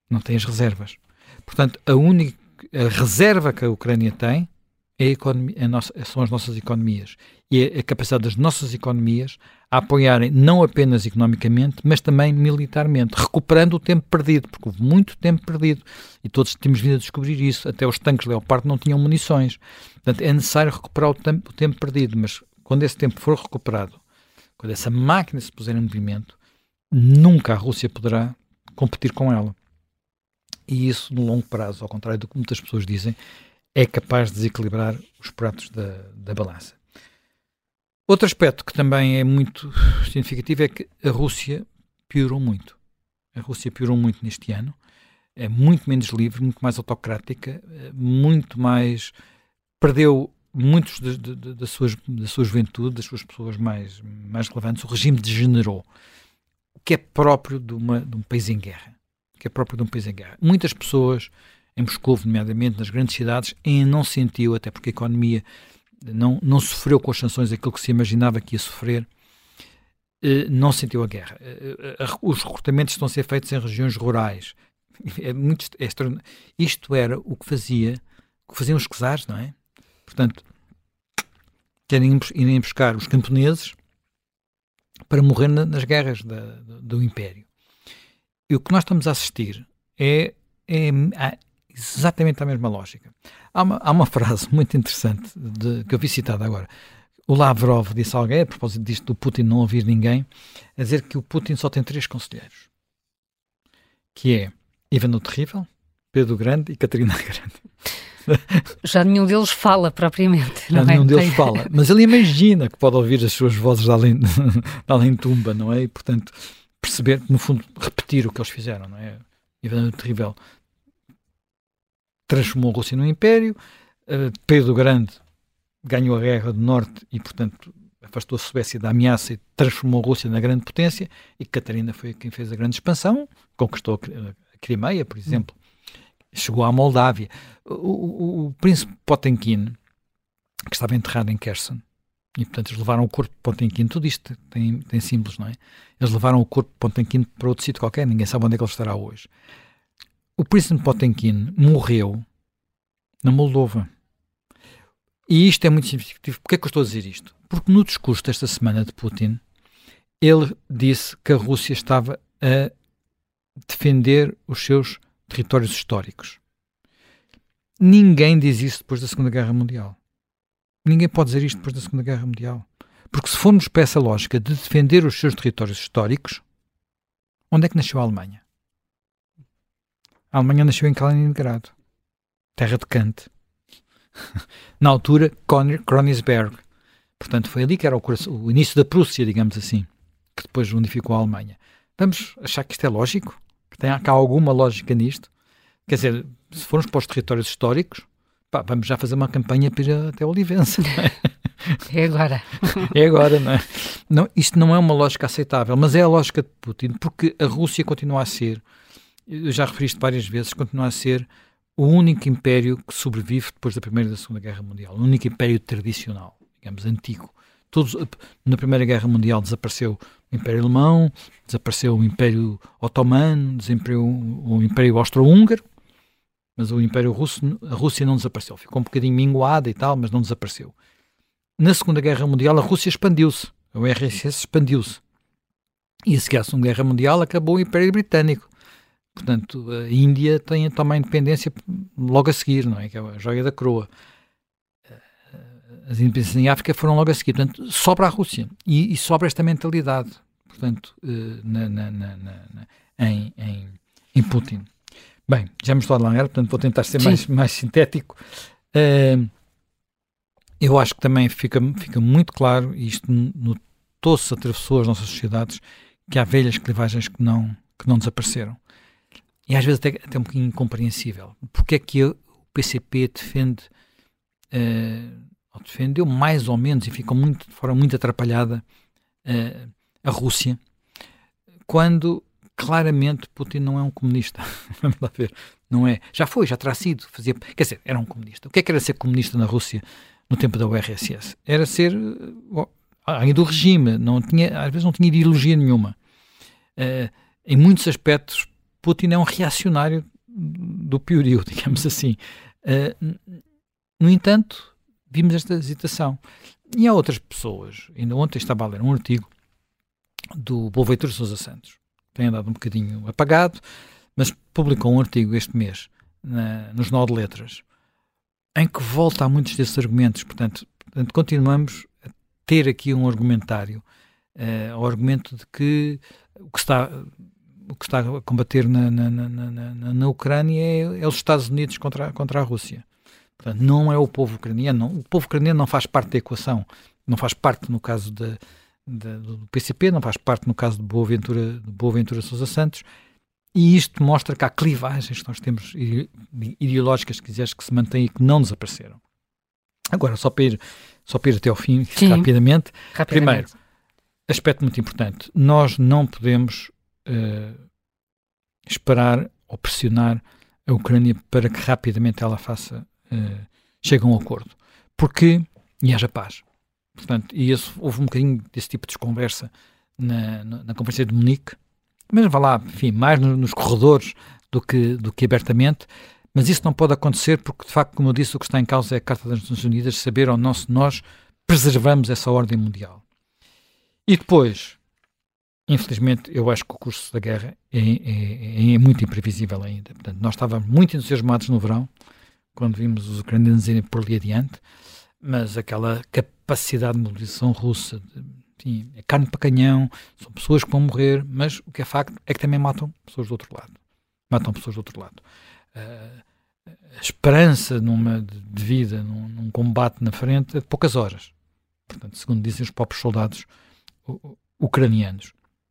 não tem as reservas. Portanto, a única a reserva que a Ucrânia tem é a economia, a nossa, são as nossas economias. E a, a capacidade das nossas economias a apoiarem não apenas economicamente, mas também militarmente, recuperando o tempo perdido, porque houve muito tempo perdido. E todos temos vindo a descobrir isso. Até os tanques Leopard não tinham munições. Portanto, é necessário recuperar o tempo, o tempo perdido. Mas quando esse tempo for recuperado, quando essa máquina se puser em movimento, nunca a Rússia poderá competir com ela. E isso, no longo prazo, ao contrário do que muitas pessoas dizem, é capaz de desequilibrar os pratos da, da balança. Outro aspecto que também é muito significativo é que a Rússia piorou muito. A Rússia piorou muito neste ano. É muito menos livre, muito mais autocrática, muito mais... Perdeu muitos de, de, de, da, suas, da sua juventude, das suas pessoas mais, mais relevantes. O regime degenerou, o que é próprio de, uma, de um país em guerra. que é próprio de um país em guerra. Muitas pessoas, em Moscou, nomeadamente nas grandes cidades, ainda não sentiu, até porque a economia não, não sofreu com as sanções aquilo que se imaginava que ia sofrer, não sentiu a guerra. Os recrutamentos estão a ser feitos em regiões rurais. É muito, é isto era o que fazia, o que faziam os czares, não é? Portanto, querem irem buscar os camponeses para morrer na, nas guerras da, do, do Império. E o que nós estamos a assistir é, é, é exatamente a mesma lógica. Há uma, há uma frase muito interessante de, que eu vi citada agora. O Lavrov disse a alguém, a propósito disto do Putin não ouvir ninguém, a dizer que o Putin só tem três conselheiros, que é Ivan o Terrível, Pedro o Grande e Catarina a Grande. Já nenhum deles fala propriamente. Já não nenhum é? deles Tem... fala, mas ele imagina que pode ouvir as suas vozes de além, de além tumba, não é? E, portanto, perceber, no fundo, repetir o que eles fizeram, não é? Ivan o Terrível transformou a Rússia num império, uh, Pedro o Grande ganhou a Guerra do Norte e, portanto, afastou a Suécia da ameaça e transformou a Rússia na grande potência, e Catarina foi quem fez a grande expansão, conquistou a Crimeia, por exemplo, hum. chegou à Moldávia. O, o, o príncipe Potemkin, que estava enterrado em Kherson, e, portanto, eles levaram o corpo de Potemkin, tudo isto tem, tem símbolos, não é? Eles levaram o corpo de Potemkin para outro sítio qualquer, ninguém sabe onde é que ele estará hoje. O príncipe Potemkin morreu na Moldova. E isto é muito significativo. Porquê é que eu estou a dizer isto? Porque no discurso desta semana de Putin, ele disse que a Rússia estava a defender os seus territórios históricos. Ninguém diz isso depois da Segunda Guerra Mundial. Ninguém pode dizer isto depois da Segunda Guerra Mundial. Porque se formos para essa lógica de defender os seus territórios históricos, onde é que nasceu a Alemanha? A Alemanha nasceu em Kaliningrado, terra de Kant. Na altura, Königsberg. Portanto, foi ali que era o, coração, o início da Prússia, digamos assim, que depois unificou a Alemanha. Vamos achar que isto é lógico? Que tem cá alguma lógica nisto? Quer dizer, se formos para os territórios históricos, pá, vamos já fazer uma campanha para ir até Olivença. Não é? É agora. É agora, não é? Não, isto não é uma lógica aceitável, mas é a lógica de Putin, porque a Rússia continua a ser, eu já referi isto várias vezes, continua a ser o único império que sobrevive depois da Primeira e da Segunda Guerra Mundial. O único império tradicional, digamos, antigo. Todos, na Primeira Guerra Mundial desapareceu o Império Alemão, desapareceu o Império Otomano, desapareceu o Império Austro-Húngaro, mas o Império Russo, a Rússia não desapareceu. Ficou um bocadinho minguada e tal, mas não desapareceu. Na Segunda Guerra Mundial a Rússia expandiu-se. A U R S S expandiu-se. E a seguir à Segunda Guerra Mundial acabou o Império Britânico. Portanto, a Índia tem, toma a independência logo a seguir, não é? Que é a joia da coroa. As independências em África foram logo a seguir. Portanto, sobra a Rússia. E, e sobra esta mentalidade, portanto, na, na, na, na, em, em, em Putin. Bem, já me estou a alongar, portanto vou tentar ser mais, mais sintético. Uh, eu acho que também fica, fica muito claro, e isto notou-se, atravessou as nossas sociedades, que há velhas clivagens que não, que não desapareceram. E às vezes até, até um bocadinho incompreensível. Porque é que o P C P defende, uh, ou defendeu mais ou menos, e ficou muito, de forma muito atrapalhada, uh, a Rússia, quando claramente Putin não é um comunista. Vamos lá ver. Não é. Já foi, já terá sido. Fazia, quer dizer, era um comunista. O que é que era ser comunista na Rússia no tempo da U R S S? Era ser uh, alguém do regime. Não tinha, às vezes não tinha ideologia nenhuma. Uh, em muitos aspectos Putin é um reacionário do piorio, digamos assim. Uh, no entanto, vimos esta hesitação. E há outras pessoas, ainda ontem estava a ler um artigo do Boaventura Sousa Santos, tem andado um bocadinho apagado, mas publicou um artigo este mês na, no Jornal de Letras, em que volta a muitos desses argumentos. Portanto, portanto continuamos a ter aqui um argumentário, uh, o argumento de que o que está, o que está a combater na, na, na, na, na Ucrânia é, é os Estados Unidos contra, contra a Rússia. Portanto, não é o povo ucraniano. Não. O povo ucraniano não faz parte da equação. Não faz parte, no caso de, de, do P C P, não faz parte, no caso de Boaventura, de Boaventura Sousa Santos. E isto mostra que há clivagens que nós temos ideológicas, se quiseres, que se mantêm e que não desapareceram. Agora, só para ir, só para ir até ao fim, rapidamente. rapidamente. Primeiro, aspecto muito importante. Nós não podemos uh, esperar ou pressionar a Ucrânia para que rapidamente ela faça Uh, chega a um acordo, porque e haja paz. Portanto, e esse, houve um bocadinho desse tipo de conversa na, na, na Conferência de Munique, mas vá lá, enfim, mais no, nos corredores do que, do que abertamente, mas isso não pode acontecer porque, de facto, como eu disse, o que está em causa é a Carta das Nações Unidas, saber ou não se nós preservamos essa ordem mundial. E depois, infelizmente, eu acho que o curso da guerra é, é, é muito imprevisível ainda. Portanto, nós estávamos muito entusiasmados no verão, quando vimos os ucranianos irem por ali adiante, mas aquela capacidade de mobilização russa, de, enfim, é carne para canhão, são pessoas que vão morrer, mas o que é facto é que também matam pessoas do outro lado. Matam pessoas do outro lado. Uh, a esperança numa, de, de vida, num, num combate na frente, é de poucas horas. Portanto, segundo dizem os próprios soldados uh, ucranianos.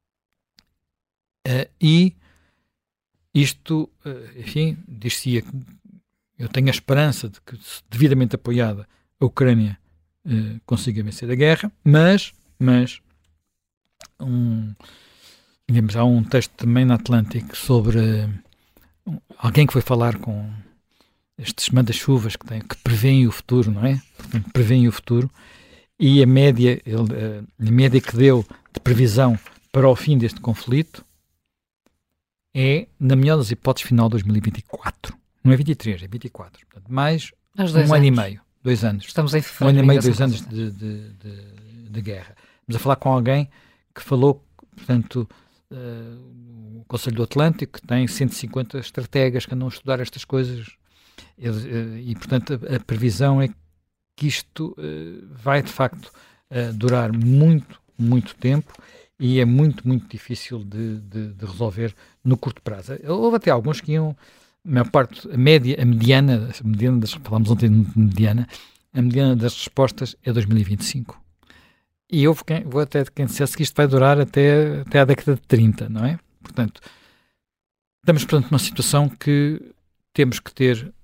Uh, e isto, uh, enfim, diz-se que eu tenho a esperança de que, devidamente apoiada, a Ucrânia eh, consiga vencer a guerra, mas, mas um, digamos, há um texto também na Atlântico sobre um, alguém que foi falar com estes manda-chuvas que, têm, que prevêem o futuro, não é? Portanto, prevêem o futuro, e a média, ele, a média que deu de previsão para o fim deste conflito é, na melhor das hipóteses, final de dois mil e vinte e quatro. Não é vinte e três, é vinte e quatro. Portanto, mais um ano anos. e meio. Dois anos. Estamos em fevereiro. Um ano e meio, dois anos de, de, de, de guerra. Estamos a falar com alguém que falou, portanto, uh, o Conselho do Atlântico, que tem cento e cinquenta estrategas que andam a estudar estas coisas. E, uh, e portanto, a, a previsão é que isto uh, vai, de facto, uh, durar muito, muito tempo e é muito, muito difícil de, de, de resolver no curto prazo. Houve até alguns que iam... A maior parte, a média, a mediana, a mediana das, falámos ontem de mediana, a mediana das respostas é dois mil e vinte e cinco. E houve quem, vou até quem dissesse que isto vai durar até, até à década de trinta, não é? Portanto, estamos perante uma situação que temos que ter,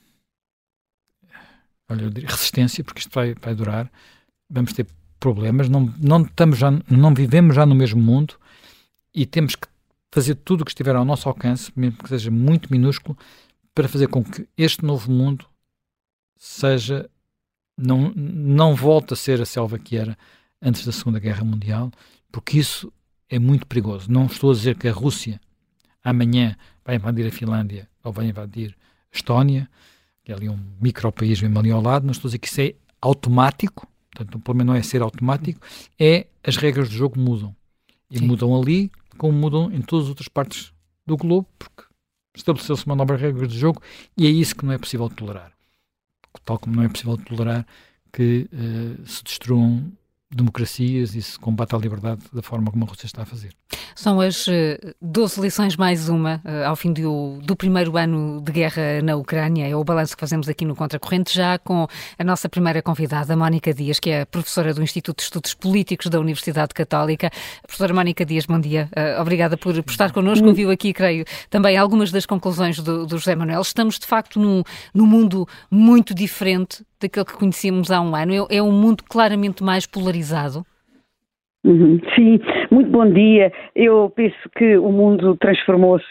olha, eu diria, resistência, porque isto vai, vai durar, vamos ter problemas, não, não, estamos já, não vivemos já no mesmo mundo e temos que fazer tudo o que estiver ao nosso alcance, mesmo que seja muito minúsculo, para fazer com que este novo mundo seja, não, não volte a ser a selva que era antes da Segunda Guerra Mundial, porque isso é muito perigoso. Não estou a dizer que a Rússia amanhã vai invadir a Finlândia ou vai invadir a Estónia, que é ali um micro-país mesmo ali ao lado, não estou a dizer que isso é automático, portanto o problema não é ser automático, é as regras do jogo mudam. E Sim. mudam ali, como mudam em todas as outras partes do globo, porque estabeleceu-se uma nova regra de jogo e é isso que não é possível tolerar. Tal como não é possível tolerar que uh, se destruam democracias e se combate a liberdade da forma como a Rússia está a fazer. São as doze lições mais uma ao fim do, do primeiro ano de guerra na Ucrânia. É o balanço que fazemos aqui no Contracorrente, já com a nossa primeira convidada, Mónica Dias, que é professora do Instituto de Estudos Políticos da Universidade Católica. Professora Mónica Dias, bom dia. Uh, obrigada por, por estar connosco. Ouviu aqui, creio, também algumas das conclusões do, do José Manuel. Estamos, de facto, num, num mundo muito diferente daquele que conhecíamos há um ano. É, é um mundo claramente mais polarizado. Uhum. Sim, muito bom dia. Eu penso que o mundo transformou-se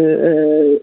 uh,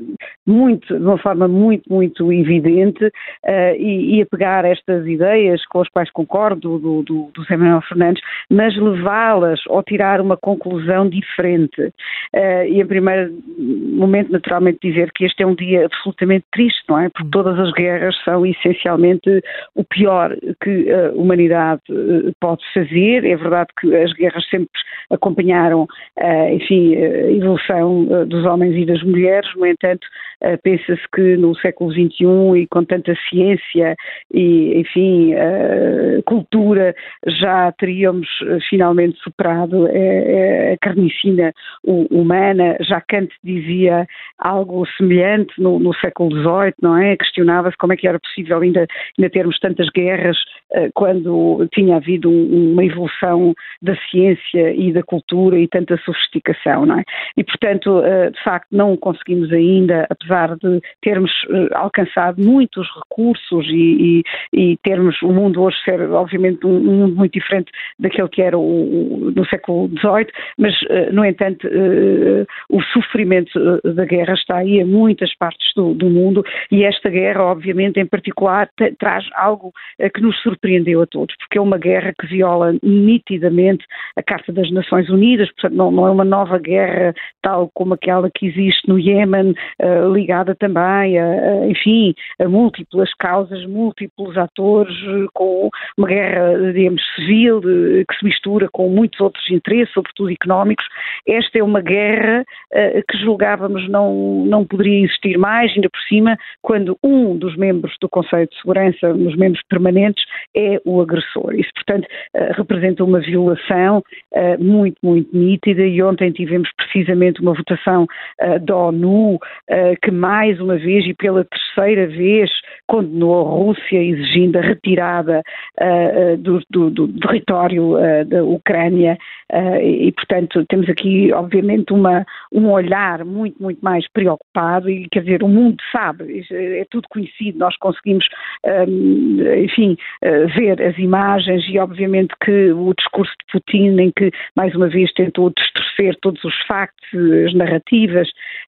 muito, de uma forma muito, muito evidente uh, e, e a pegar estas ideias com as quais concordo do, do, do José Manuel Fernandes, mas levá-las ou tirar uma conclusão diferente. Uh, e em primeiro momento, naturalmente, dizer que este é um dia absolutamente triste, não é? Porque todas as guerras são essencialmente o pior que a humanidade uh, pode fazer. É verdade que as guerras sempre acompanharam, uh, enfim, a evolução uh, dos homens e das mulheres. No entanto, uh, pensa-se que no século vinte e um e com tanta ciência e, enfim, uh, cultura, já teríamos uh, finalmente superado uh, a carnicina humana. Já Kant dizia algo semelhante no, no século dezoito, não é? Questionava-se como é que era possível ainda, ainda termos tantas guerras uh, quando tinha havido um, uma evolução da ciência e da cultura e tanta sofisticação, não é? E, portanto, uh, de facto, não conseguimos ainda, apesar de termos uh, alcançado muitos recursos e, e, e termos o mundo hoje ser, obviamente, um, um mundo muito diferente daquele que era o, o, no século dezoito, mas, uh, no entanto, uh, o sofrimento uh, da guerra está aí em muitas partes do, do mundo e esta guerra, obviamente, em particular, t- traz algo uh, que nos surpreendeu a todos, porque é uma guerra que viola nitidamente a Carta das Nações Unidas, portanto não, não é uma nova guerra tal como aquela que existe no Iémen, uh, ligada também a, a, enfim, a múltiplas causas, múltiplos atores, uh, com uma guerra, digamos, civil, uh, que se mistura com muitos outros interesses, sobretudo económicos. Esta é uma guerra uh, que julgávamos não, não poderia existir mais, ainda por cima, quando um dos membros do Conselho de Segurança, nos membros permanentes, é o agressor. Isso, portanto, uh, representa uma violação uh, muito, muito nítida e ontem tivemos precisamente uma votação uh, da ONU uh, que mais uma vez e pela terceira vez condenou a Rússia exigindo a retirada uh, do, do, do território uh, da Ucrânia uh, e, portanto, temos aqui, obviamente, uma, um olhar muito, muito mais preocupado e, quer dizer, o mundo sabe, é tudo conhecido, nós conseguimos, um, enfim, uh, ver as imagens e, obviamente, que o discurso de Putin, em que, mais uma vez, tentou distorcer todos os factos, as narrativas,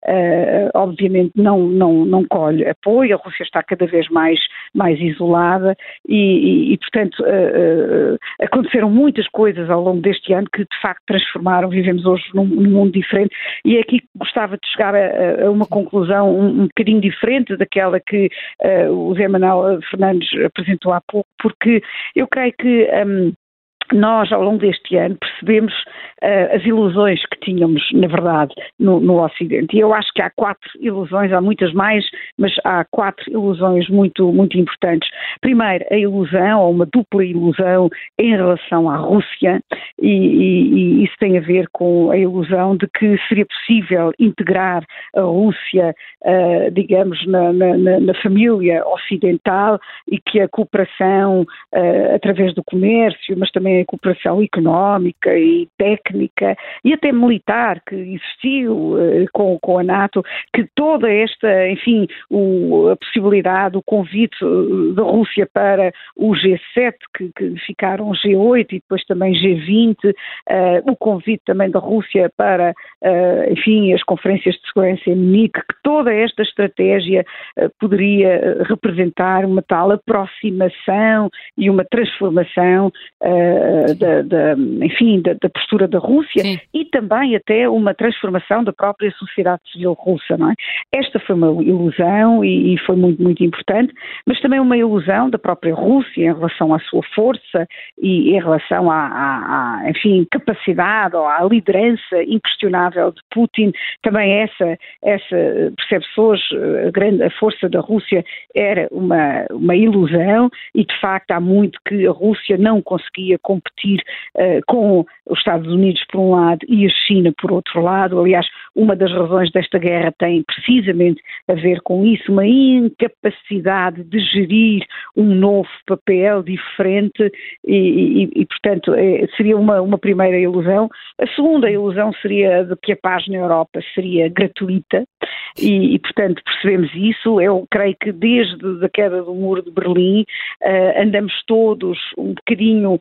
uh, obviamente não, não, não colhe apoio, a Rússia está cada vez mais, mais isolada e, e, e portanto, uh, uh, aconteceram muitas coisas ao longo deste ano que, de facto, transformaram, vivemos hoje num, num mundo diferente e é aqui que gostava de chegar a, a uma conclusão um, um bocadinho diferente daquela que uh, o José Manuel Fernandes apresentou há pouco, porque eu creio que um, nós, ao longo deste ano, percebemos uh, as ilusões que tínhamos, na verdade, no, no Ocidente. E eu acho que há quatro ilusões, há muitas mais, mas há quatro ilusões muito, muito importantes. Primeiro, a ilusão, ou uma dupla ilusão, em relação à Rússia, e, e, e isso tem a ver com a ilusão de que seria possível integrar a Rússia, uh, digamos, na, na, na família ocidental e que a cooperação, uh, através do comércio, mas também a cooperação económica e técnica e até militar que existiu uh, com, com a NATO, que toda esta, enfim, o, a possibilidade, o convite uh, da Rússia para o G sete, que, que ficaram G oito e depois também G vinte, uh, o convite também da Rússia para, uh, enfim, as conferências de segurança em Munique, que toda esta estratégia uh, poderia representar uma tal aproximação e uma transformação uh, Da, da, enfim, da, da postura da Rússia. Sim. E também até uma transformação da própria sociedade civil russa, não é? Esta foi uma ilusão e, e foi muito, muito importante, mas também uma ilusão da própria Rússia em relação à sua força e em relação à, à, à enfim, capacidade ou à liderança inquestionável de Putin. Também essa, essa percebe-se hoje, a, grande, a força da Rússia era uma, uma ilusão e, de facto, há muito que a Rússia não conseguia competir uh, com os Estados Unidos por um lado e a China por outro lado. Aliás, uma das razões desta guerra tem precisamente a ver com isso, uma incapacidade de gerir um novo papel diferente e, e, e portanto, é, seria uma, uma primeira ilusão. A segunda ilusão seria de que a paz na Europa seria gratuita e, e portanto, percebemos isso. Eu creio que desde a queda do Muro de Berlim uh, andamos todos um bocadinho uh,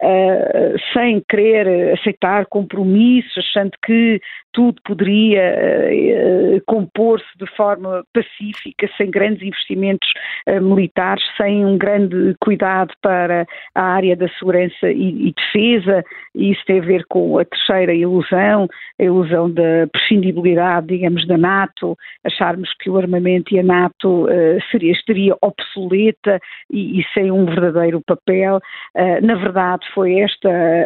uh, sem querer aceitar compromissos, achando que tudo poderia uh, compor-se de forma pacífica, sem grandes investimentos uh, militares, sem um grande cuidado para a área da segurança e, e defesa, e isso tem a ver com a terceira ilusão, a ilusão da prescindibilidade, digamos, da NATO, acharmos que o armamento e a NATO uh, seria, estaria obsoleta e, e sem um verdadeiro papel. Uh, na verdade, foi esta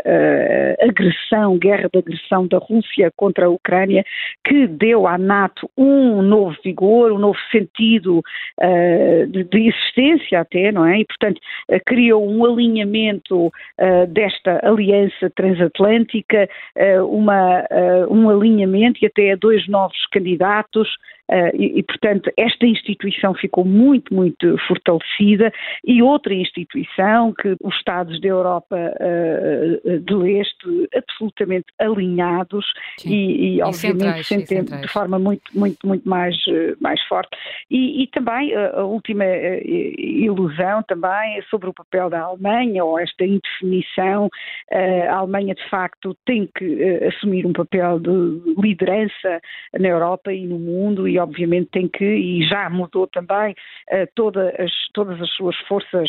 uh, agressão, guerra de agressão da Rússia contra a Ucrânia que deu à NATO um novo vigor, um novo sentido uh, de, de existência até, não é? E, portanto, uh, criou um alinhamento uh, desta aliança transatlântica, uh, uma, uh, um alinhamento e até dois novos candidatos. Uh, e, e, portanto, esta instituição ficou muito, muito fortalecida, e outra instituição que os Estados da Europa uh, de leste absolutamente alinhados e, e, obviamente, sentem de forma muito, muito, muito mais, uh, mais forte. E, e também uh, a última uh, ilusão também é sobre o papel da Alemanha, ou esta indefinição. Uh, a Alemanha, de facto, tem que uh, assumir um papel de liderança na Europa e no mundo, e obviamente tem que, e já mudou também, uh, toda as, todas as suas forças,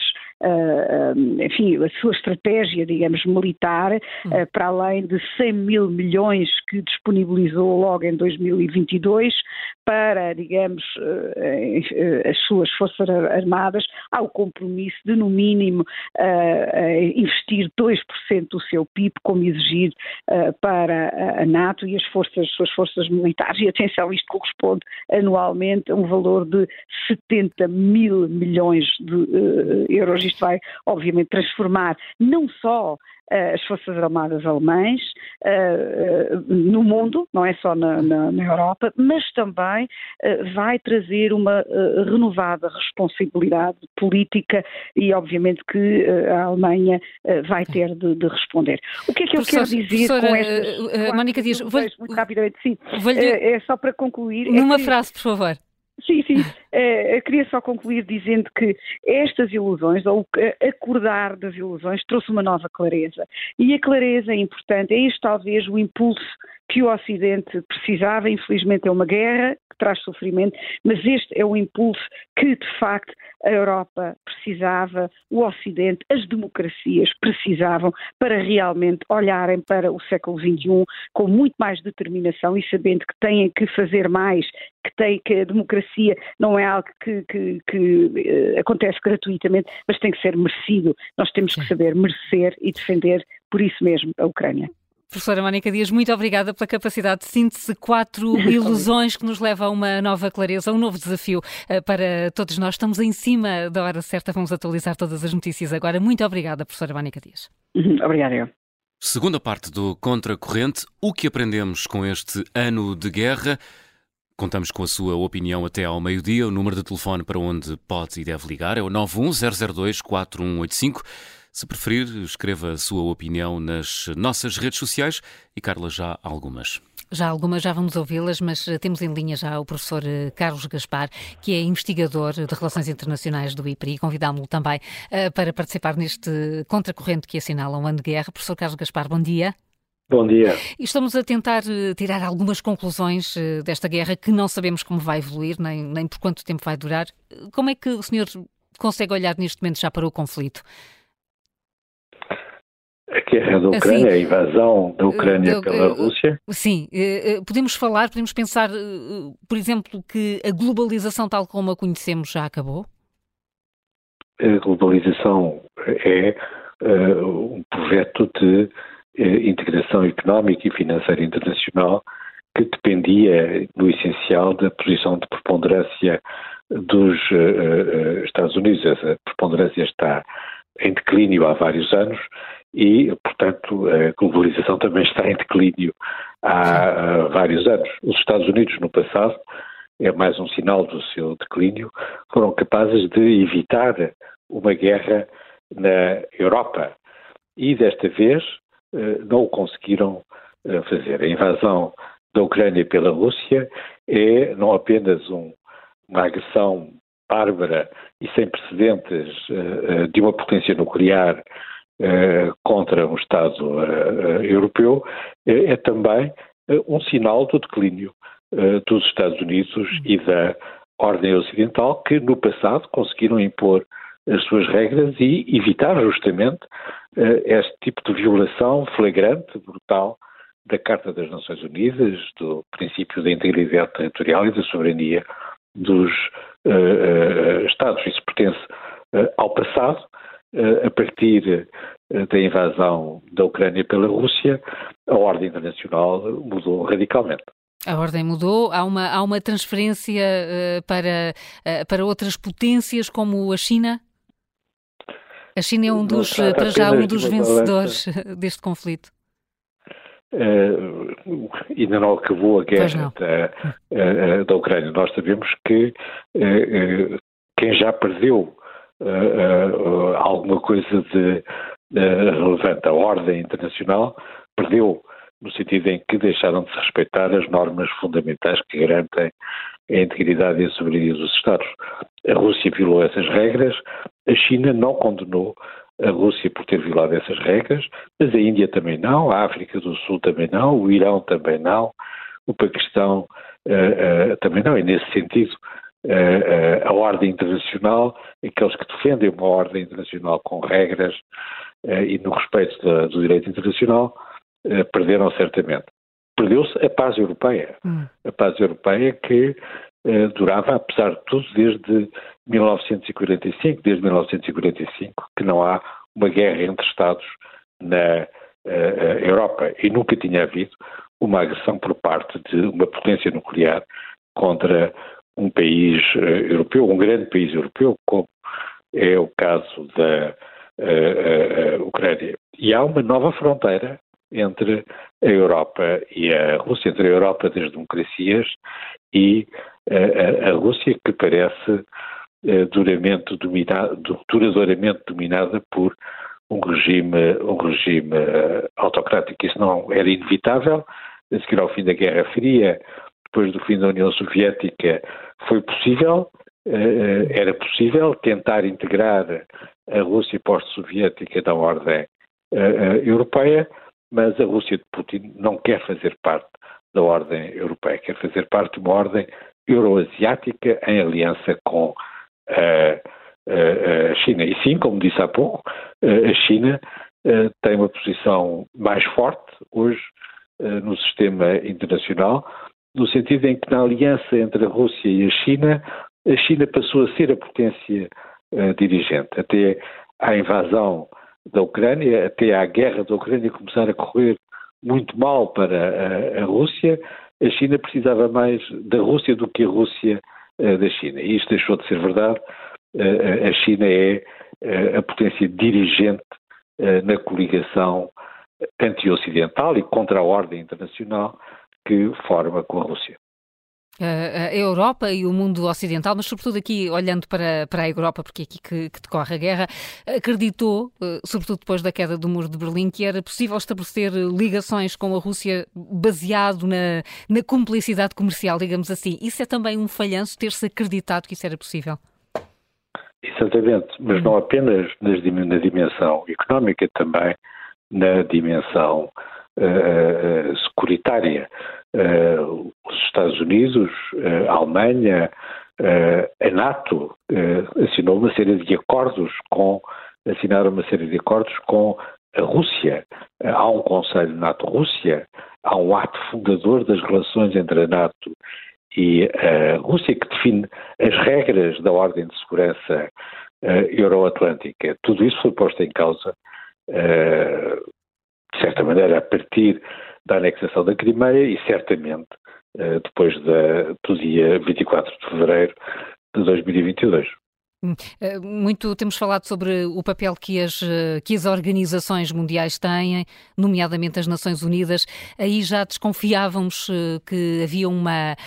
uh, enfim, a sua estratégia, digamos, militar, uh, para além de cem mil milhões que disponibilizou logo em dois mil e vinte e dois para, digamos, uh, as suas forças armadas, há o compromisso de, no mínimo, uh, investir dois por cento do seu P I B, como exigir uh, para a NATO e as forças, suas forças militares. E atenção, isto corresponde anualmente a um valor de setenta mil milhões de uh, euros. Isto vai, obviamente, transformar não só as Forças Armadas alemãs uh, uh, no mundo, não é só na, na, na Europa, mas também uh, vai trazer uma uh, renovada responsabilidade política, e obviamente que uh, a Alemanha uh, vai ter de, de responder. O que é que eu quero dizer com estas... Uh, uh, Mónica Dias, vou, muito rapidamente, sim, uh, é só para concluir... Numa é que, frase, por favor. Sim, sim. Eu queria só concluir dizendo que estas ilusões, ou acordar das ilusões, trouxe uma nova clareza. E a clareza é importante. É este talvez o impulso que o Ocidente precisava. Infelizmente é uma guerra que traz sofrimento, mas este é o impulso que, de facto, a Europa precisava, o Ocidente, as democracias precisavam, para realmente olharem para o século vinte e um com muito mais determinação e sabendo que têm que fazer mais, que, tem, que a democracia não é algo que, que, que uh, acontece gratuitamente, mas tem que ser merecido. Nós temos que saber merecer e defender, por isso mesmo, a Ucrânia. Professora Mónica Dias, muito obrigada pela capacidade de síntese, quatro ilusões que nos levam a uma nova clareza, um novo desafio uh, para todos nós. Estamos em cima da hora certa, vamos atualizar todas as notícias agora. Muito obrigada, professora Mónica Dias. Obrigada eu. Segunda parte do Contracorrente, o que aprendemos com este ano de guerra? Contamos com a sua opinião até ao meio-dia. O número de telefone para onde pode e deve ligar é o nove um zero zero dois quatro um oito cinco. Se preferir, escreva a sua opinião nas nossas redes sociais, e Carla, já há algumas. Já algumas, já vamos ouvi-las, mas temos em linha já o professor Carlos Gaspar, que é investigador de Relações Internacionais do I P R I, e convidámo-lo também uh, para participar neste contracorrente que assinala um ano de guerra. Professor Carlos Gaspar, bom dia. Bom dia. E estamos a tentar uh, tirar algumas conclusões uh, desta guerra que não sabemos como vai evoluir, nem, nem por quanto tempo vai durar. Como é que o senhor consegue olhar neste momento já para o conflito? A guerra da Ucrânia, assim, a invasão da Ucrânia uh, pela uh, Rússia? Sim. Uh, podemos falar, podemos pensar, uh, por exemplo, que a globalização tal como a conhecemos já acabou? A globalização é uh, um projeto de uh, integração económica e financeira internacional que dependia, no essencial, da posição de preponderância dos uh, uh, Estados Unidos. Essa preponderância está em declínio há vários anos e, portanto, a globalização também está em declínio há, há vários anos. Os Estados Unidos, no passado, é mais um sinal do seu declínio, foram capazes de evitar uma guerra na Europa e, desta vez, não o conseguiram fazer. A invasão da Ucrânia pela Rússia é não apenas um, uma agressão bárbara e sem precedentes uh, uh, de uma potência nuclear uh, contra um Estado uh, europeu, uh, é também uh, um sinal do declínio uh, dos Estados Unidos e da ordem ocidental, que no passado conseguiram impor as suas regras e evitar justamente uh, este tipo de violação flagrante, brutal, da Carta das Nações Unidas, do princípio da integridade territorial e da soberania dos uh, uh, Estados. Isso pertence uh, ao passado. Uh, a partir uh, da invasão da Ucrânia pela Rússia, a ordem internacional mudou radicalmente. A ordem mudou, há uma, há uma transferência uh, para, uh, para outras potências como a China? A China é um dos, para já, um dos vencedores deste conflito. Uh, ainda não acabou a guerra da, uh, da Ucrânia. Nós sabemos que uh, uh, quem já perdeu uh, uh, alguma coisa de uh, relevante, a ordem internacional, perdeu no sentido em que deixaram de se respeitar as normas fundamentais que garantem a integridade e a soberania dos Estados. A Rússia violou essas regras, a China não condenou a Rússia por ter violado essas regras, mas a Índia também não, a África do Sul também não, o Irão também não, o Paquistão uh, uh, também não, e nesse sentido uh, uh, a ordem internacional, aqueles que defendem uma ordem internacional com regras uh, e no respeito da, do direito internacional, uh, perderam certamente. Perdeu-se a paz europeia, hum. a paz europeia que uh, durava, apesar de tudo, desde mil novecentos e quarenta e cinco, desde mil novecentos e quarenta e cinco, que não há uma guerra entre Estados na uh, Europa, e nunca tinha havido uma agressão por parte de uma potência nuclear contra um país uh, europeu, um grande país europeu, como é o caso da uh, uh, Ucrânia. E há uma nova fronteira entre a Europa e a Rússia, entre a Europa das democracias e uh, a, a Rússia, que parece uh, duramente dominada, duradouramente dominada por um regime, um regime uh, autocrático. Isso não era inevitável. A seguir ao fim da Guerra Fria, depois do fim da União Soviética, foi possível, uh, era possível tentar integrar a Rússia pós-soviética na ordem uh, uh, europeia, mas a Rússia de Putin não quer fazer parte da ordem europeia, quer fazer parte de uma ordem euroasiática em aliança com a, a, a China. E sim, como disse há pouco, a China a, tem uma posição mais forte hoje a, no sistema internacional, no sentido em que na aliança entre a Rússia e a China, a China passou a ser a potência a, dirigente. Até à invasão da Ucrânia, até à guerra da Ucrânia começar a correr muito mal para a, a Rússia, a China precisava mais da Rússia do que a Rússia uh, da China. E isto deixou de ser verdade. Uh, a China é uh, a potência dirigente uh, na coligação anti-ocidental e contra a ordem internacional que forma com a Rússia. A Europa e o mundo ocidental, mas sobretudo aqui olhando para, para a Europa, porque é aqui que, que decorre a guerra, acreditou, sobretudo depois da queda do Muro de Berlim, que era possível estabelecer ligações com a Rússia baseado na, na cumplicidade comercial, digamos assim. Isso é também um falhanço, ter-se acreditado que isso era possível? Exatamente, mas não apenas nas, na dimensão económica, também na dimensão uh, uh, securitária. Uh, os Estados Unidos, uh, a Alemanha, uh, a NATO uh, assinou uma série de acordos com, assinaram uma série de acordos com a Rússia. Uh, há um Conselho NATO-Rússia, há um ato fundador das relações entre a NATO e a Rússia que define as regras da ordem de segurança uh, euroatlântica. Tudo isso foi posto em causa, uh, de certa maneira, a partir da anexação da Crimeia e certamente uh, depois da, do dia vinte e quatro de fevereiro de dois mil e vinte e dois. Muito temos falado sobre o papel que as, que as organizações mundiais têm, nomeadamente as Nações Unidas. Aí já desconfiávamos que havia uma,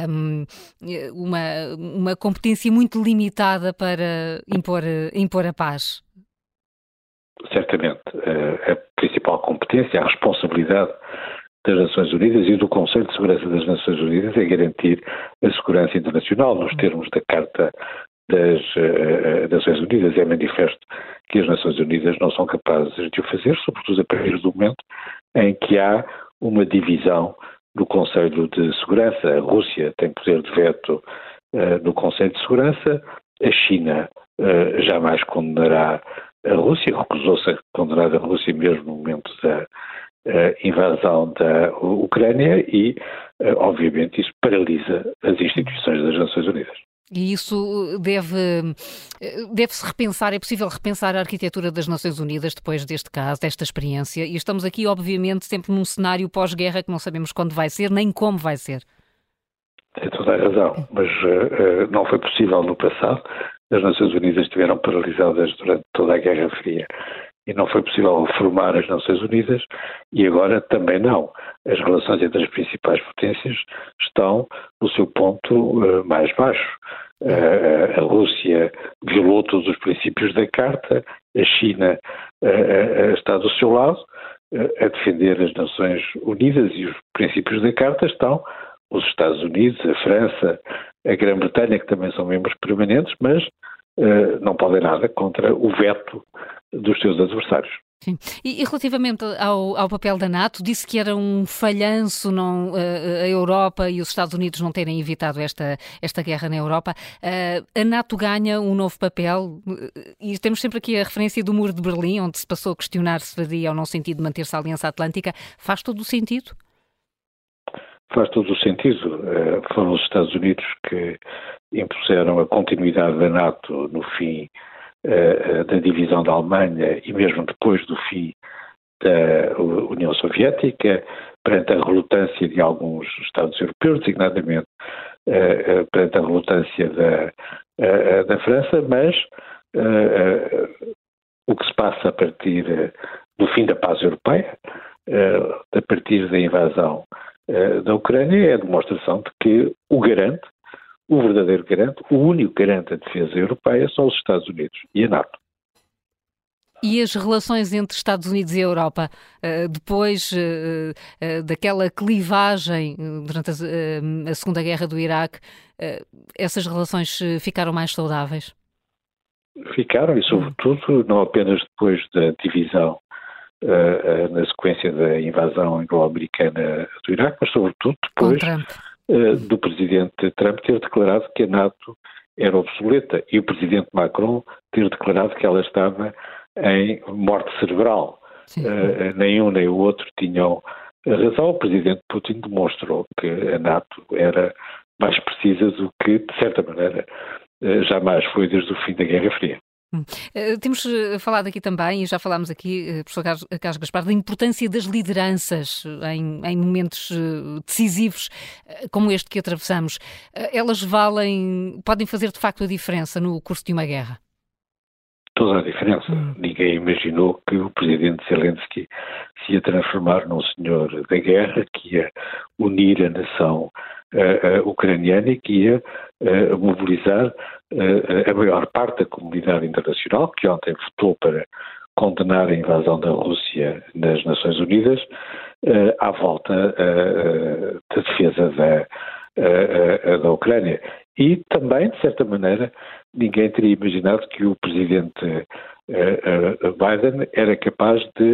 uma, uma competência muito limitada para impor, impor a paz. Certamente. A principal competência, a responsabilidade das Nações Unidas e do Conselho de Segurança das Nações Unidas é garantir a segurança internacional nos termos da Carta das uh, Nações Unidas. É manifesto que as Nações Unidas não são capazes de o fazer, sobretudo a partir do momento em que há uma divisão no Conselho de Segurança. A Rússia tem poder de veto uh, no Conselho de Segurança, a China uh, jamais condenará a Rússia, recusou-se a condenar a Rússia mesmo no momento da uh, invasão da Ucrânia e, uh, obviamente, isso paralisa as instituições das Nações Unidas. E isso deve, deve-se repensar, é possível repensar a arquitetura das Nações Unidas depois deste caso, desta experiência, e estamos aqui, obviamente, sempre num cenário pós-guerra que não sabemos quando vai ser, nem como vai ser. Tem toda a razão, mas uh, não foi possível no passado. As Nações Unidas estiveram paralisadas durante toda a Guerra Fria e não foi possível formar as Nações Unidas, e agora também não. As relações entre as principais potências estão no seu ponto uh, mais baixo. Uh, a Rússia violou todos os princípios da Carta, a China uh, uh, está do seu lado uh, a defender as Nações Unidas, e os princípios da Carta estão os Estados Unidos, a França, a Grã-Bretanha, que também são membros permanentes, mas uh, não podem nada contra o veto dos seus adversários. Sim. E, e relativamente ao, ao papel da NATO, disse que era um falhanço não, uh, a Europa e os Estados Unidos não terem evitado esta, esta guerra na Europa. Uh, a NATO ganha um novo papel, uh, e temos sempre aqui a referência do Muro de Berlim, onde se passou a questionar se faria ou não sentido manter-se a Aliança Atlântica. Faz todo o sentido? Faz todo o sentido. Uh, foram os Estados Unidos que impuseram a continuidade da NATO no fim uh, da divisão da Alemanha e mesmo depois do fim da União Soviética, perante a relutância de alguns Estados europeus, designadamente uh, uh, perante a relutância da, uh, da França, mas uh, uh, o que se passa a partir uh, do fim da paz europeia, uh, a partir da invasão da Ucrânia, é a demonstração de que o garante, o verdadeiro garante, o único garante da defesa europeia são os Estados Unidos e a NATO. E as relações entre Estados Unidos e a Europa, depois daquela clivagem durante a Segunda Guerra do Iraque, essas relações ficaram mais saudáveis? Ficaram, e sobretudo não apenas depois da divisão Uh, uh, na sequência da invasão anglo-americana do Iraque, mas sobretudo depois uh, do presidente Trump ter declarado que a NATO era obsoleta e o presidente Macron ter declarado que ela estava em morte cerebral. Uh, nem um nem o outro tinham razão. O presidente Putin demonstrou que a NATO era mais precisa do que, de certa maneira, uh, jamais foi desde o fim da Guerra Fria. Uh, temos falado aqui também, e já falámos aqui, uh, professor Carlos, Carlos Gaspar, da importância das lideranças em, em momentos uh, decisivos uh, como este que atravessamos. Uh, elas valem, podem fazer de facto a diferença no curso de uma guerra? Toda a diferença. Hum. Ninguém imaginou que o presidente Zelensky se ia transformar num senhor da guerra, que ia unir a nação uh, uh, ucraniana e que ia uh, mobilizar uh, a maior parte da comunidade internacional, que ontem votou para condenar a invasão da Rússia nas Nações Unidas, uh, à volta uh, da defesa da, uh, uh, da Ucrânia. E também, de certa maneira, ninguém teria imaginado que o presidente uh, uh, Biden era capaz de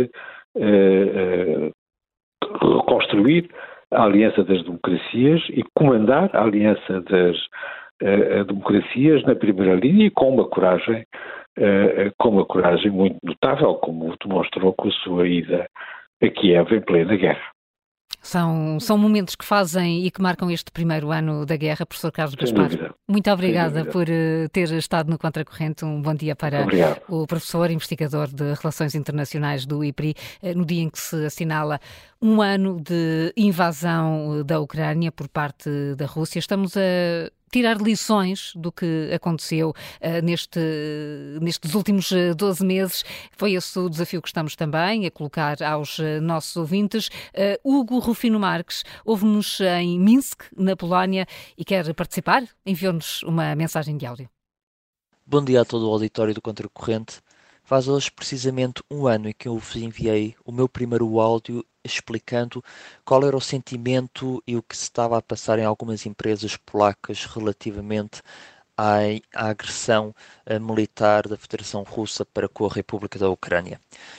uh, uh, reconstruir a Aliança das Democracias e comandar a Aliança das uh, Democracias na primeira linha e com uma coragem, uh, com uma coragem muito notável, como demonstrou com a sua ida a Kiev em plena guerra. São, são momentos que fazem e que marcam este primeiro ano da guerra, professor Carlos Gaspar. Muito obrigada por uh, ter estado no Contracorrente. Um bom dia para Obrigado. O professor investigador de Relações Internacionais do I P R I, uh, no dia em que se assinala um ano de invasão da Ucrânia por parte da Rússia. Estamos a tirar lições do que aconteceu uh, neste, nestes últimos doze meses. Foi esse o desafio que estamos também a colocar aos uh, nossos ouvintes. Uh, Hugo Rufino Marques ouve-nos em Minsk, na Polónia, e quer participar? Enviou-nos uma mensagem de áudio. Bom dia a todo o auditório do Contracorrente. Faz hoje precisamente um ano em que eu vos enviei o meu primeiro áudio explicando qual era o sentimento e o que se estava a passar em algumas empresas polacas relativamente à, à agressão uh, militar da Federação Russa para com a República da Ucrânia.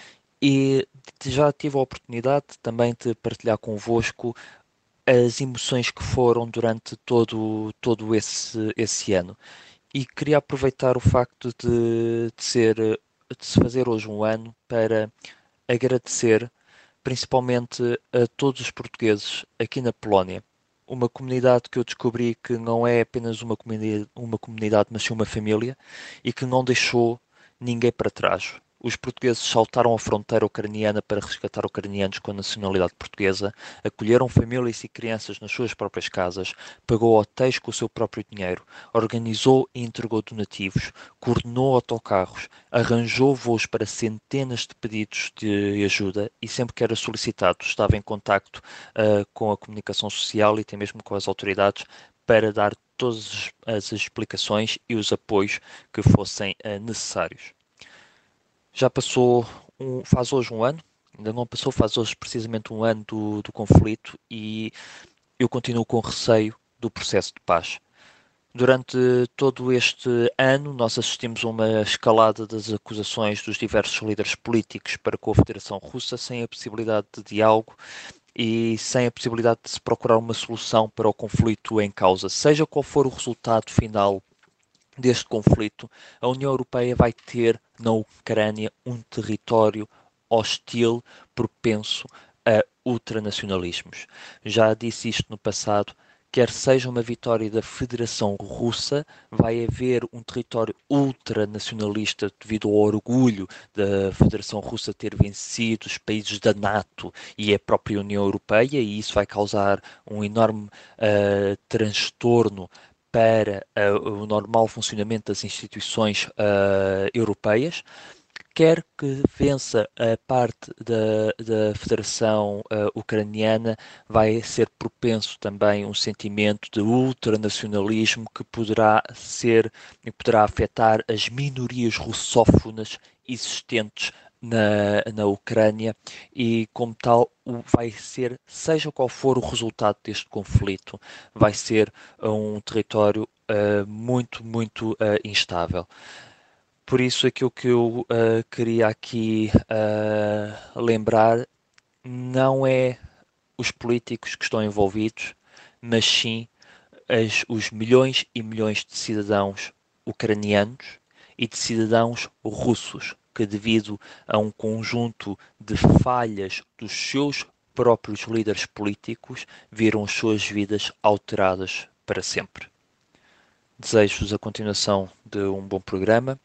E já tive a oportunidade também de partilhar convosco as emoções que foram durante todo, todo esse, esse ano. E queria aproveitar o facto de, de, ser, de se fazer hoje um ano para agradecer principalmente a todos os portugueses aqui na Polónia. Uma comunidade que eu descobri que não é apenas uma comunidade, uma comunidade, mas sim uma família, e que não deixou ninguém para trás. Os portugueses saltaram a fronteira ucraniana para resgatar ucranianos com a nacionalidade portuguesa, acolheram famílias e crianças nas suas próprias casas, pagou hotéis com o seu próprio dinheiro, organizou e entregou donativos, coordenou autocarros, arranjou voos para centenas de pedidos de ajuda e sempre que era solicitado estava em contacto uh, com a comunicação social e até mesmo com as autoridades para dar todas as explicações e os apoios que fossem uh, necessários. Já passou, um, faz hoje um ano, ainda não passou, faz hoje precisamente um ano do, do conflito e eu continuo com receio do processo de paz. Durante todo este ano, nós assistimos a uma escalada das acusações dos diversos líderes políticos para com a Federação Russa, sem a possibilidade de diálogo e sem a possibilidade de se procurar uma solução para o conflito em causa. Seja qual for o resultado final deste conflito, a União Europeia vai ter na Ucrânia um território hostil, propenso a ultranacionalismos. Já disse isto no passado, quer seja uma vitória da Federação Russa, vai haver um território ultranacionalista devido ao orgulho da Federação Russa ter vencido os países da NATO e a própria União Europeia, e isso vai causar um enorme uh, transtorno para uh, o normal funcionamento das instituições uh, europeias, quer que vença a parte da, da Federação uh, Ucraniana, vai ser propenso também um sentimento de ultranacionalismo que poderá ser, que poderá afetar as minorias russófonas existentes Na, na Ucrânia e, como tal, vai ser, seja qual for o resultado deste conflito, vai ser um território uh, muito, muito uh, instável. Por isso, aquilo que eu uh, queria aqui uh, lembrar não é os políticos que estão envolvidos, mas sim as, os milhões e milhões de cidadãos ucranianos e de cidadãos russos, que devido a um conjunto de falhas dos seus próprios líderes políticos, viram as suas vidas alteradas para sempre. Desejo-vos a continuação de um bom programa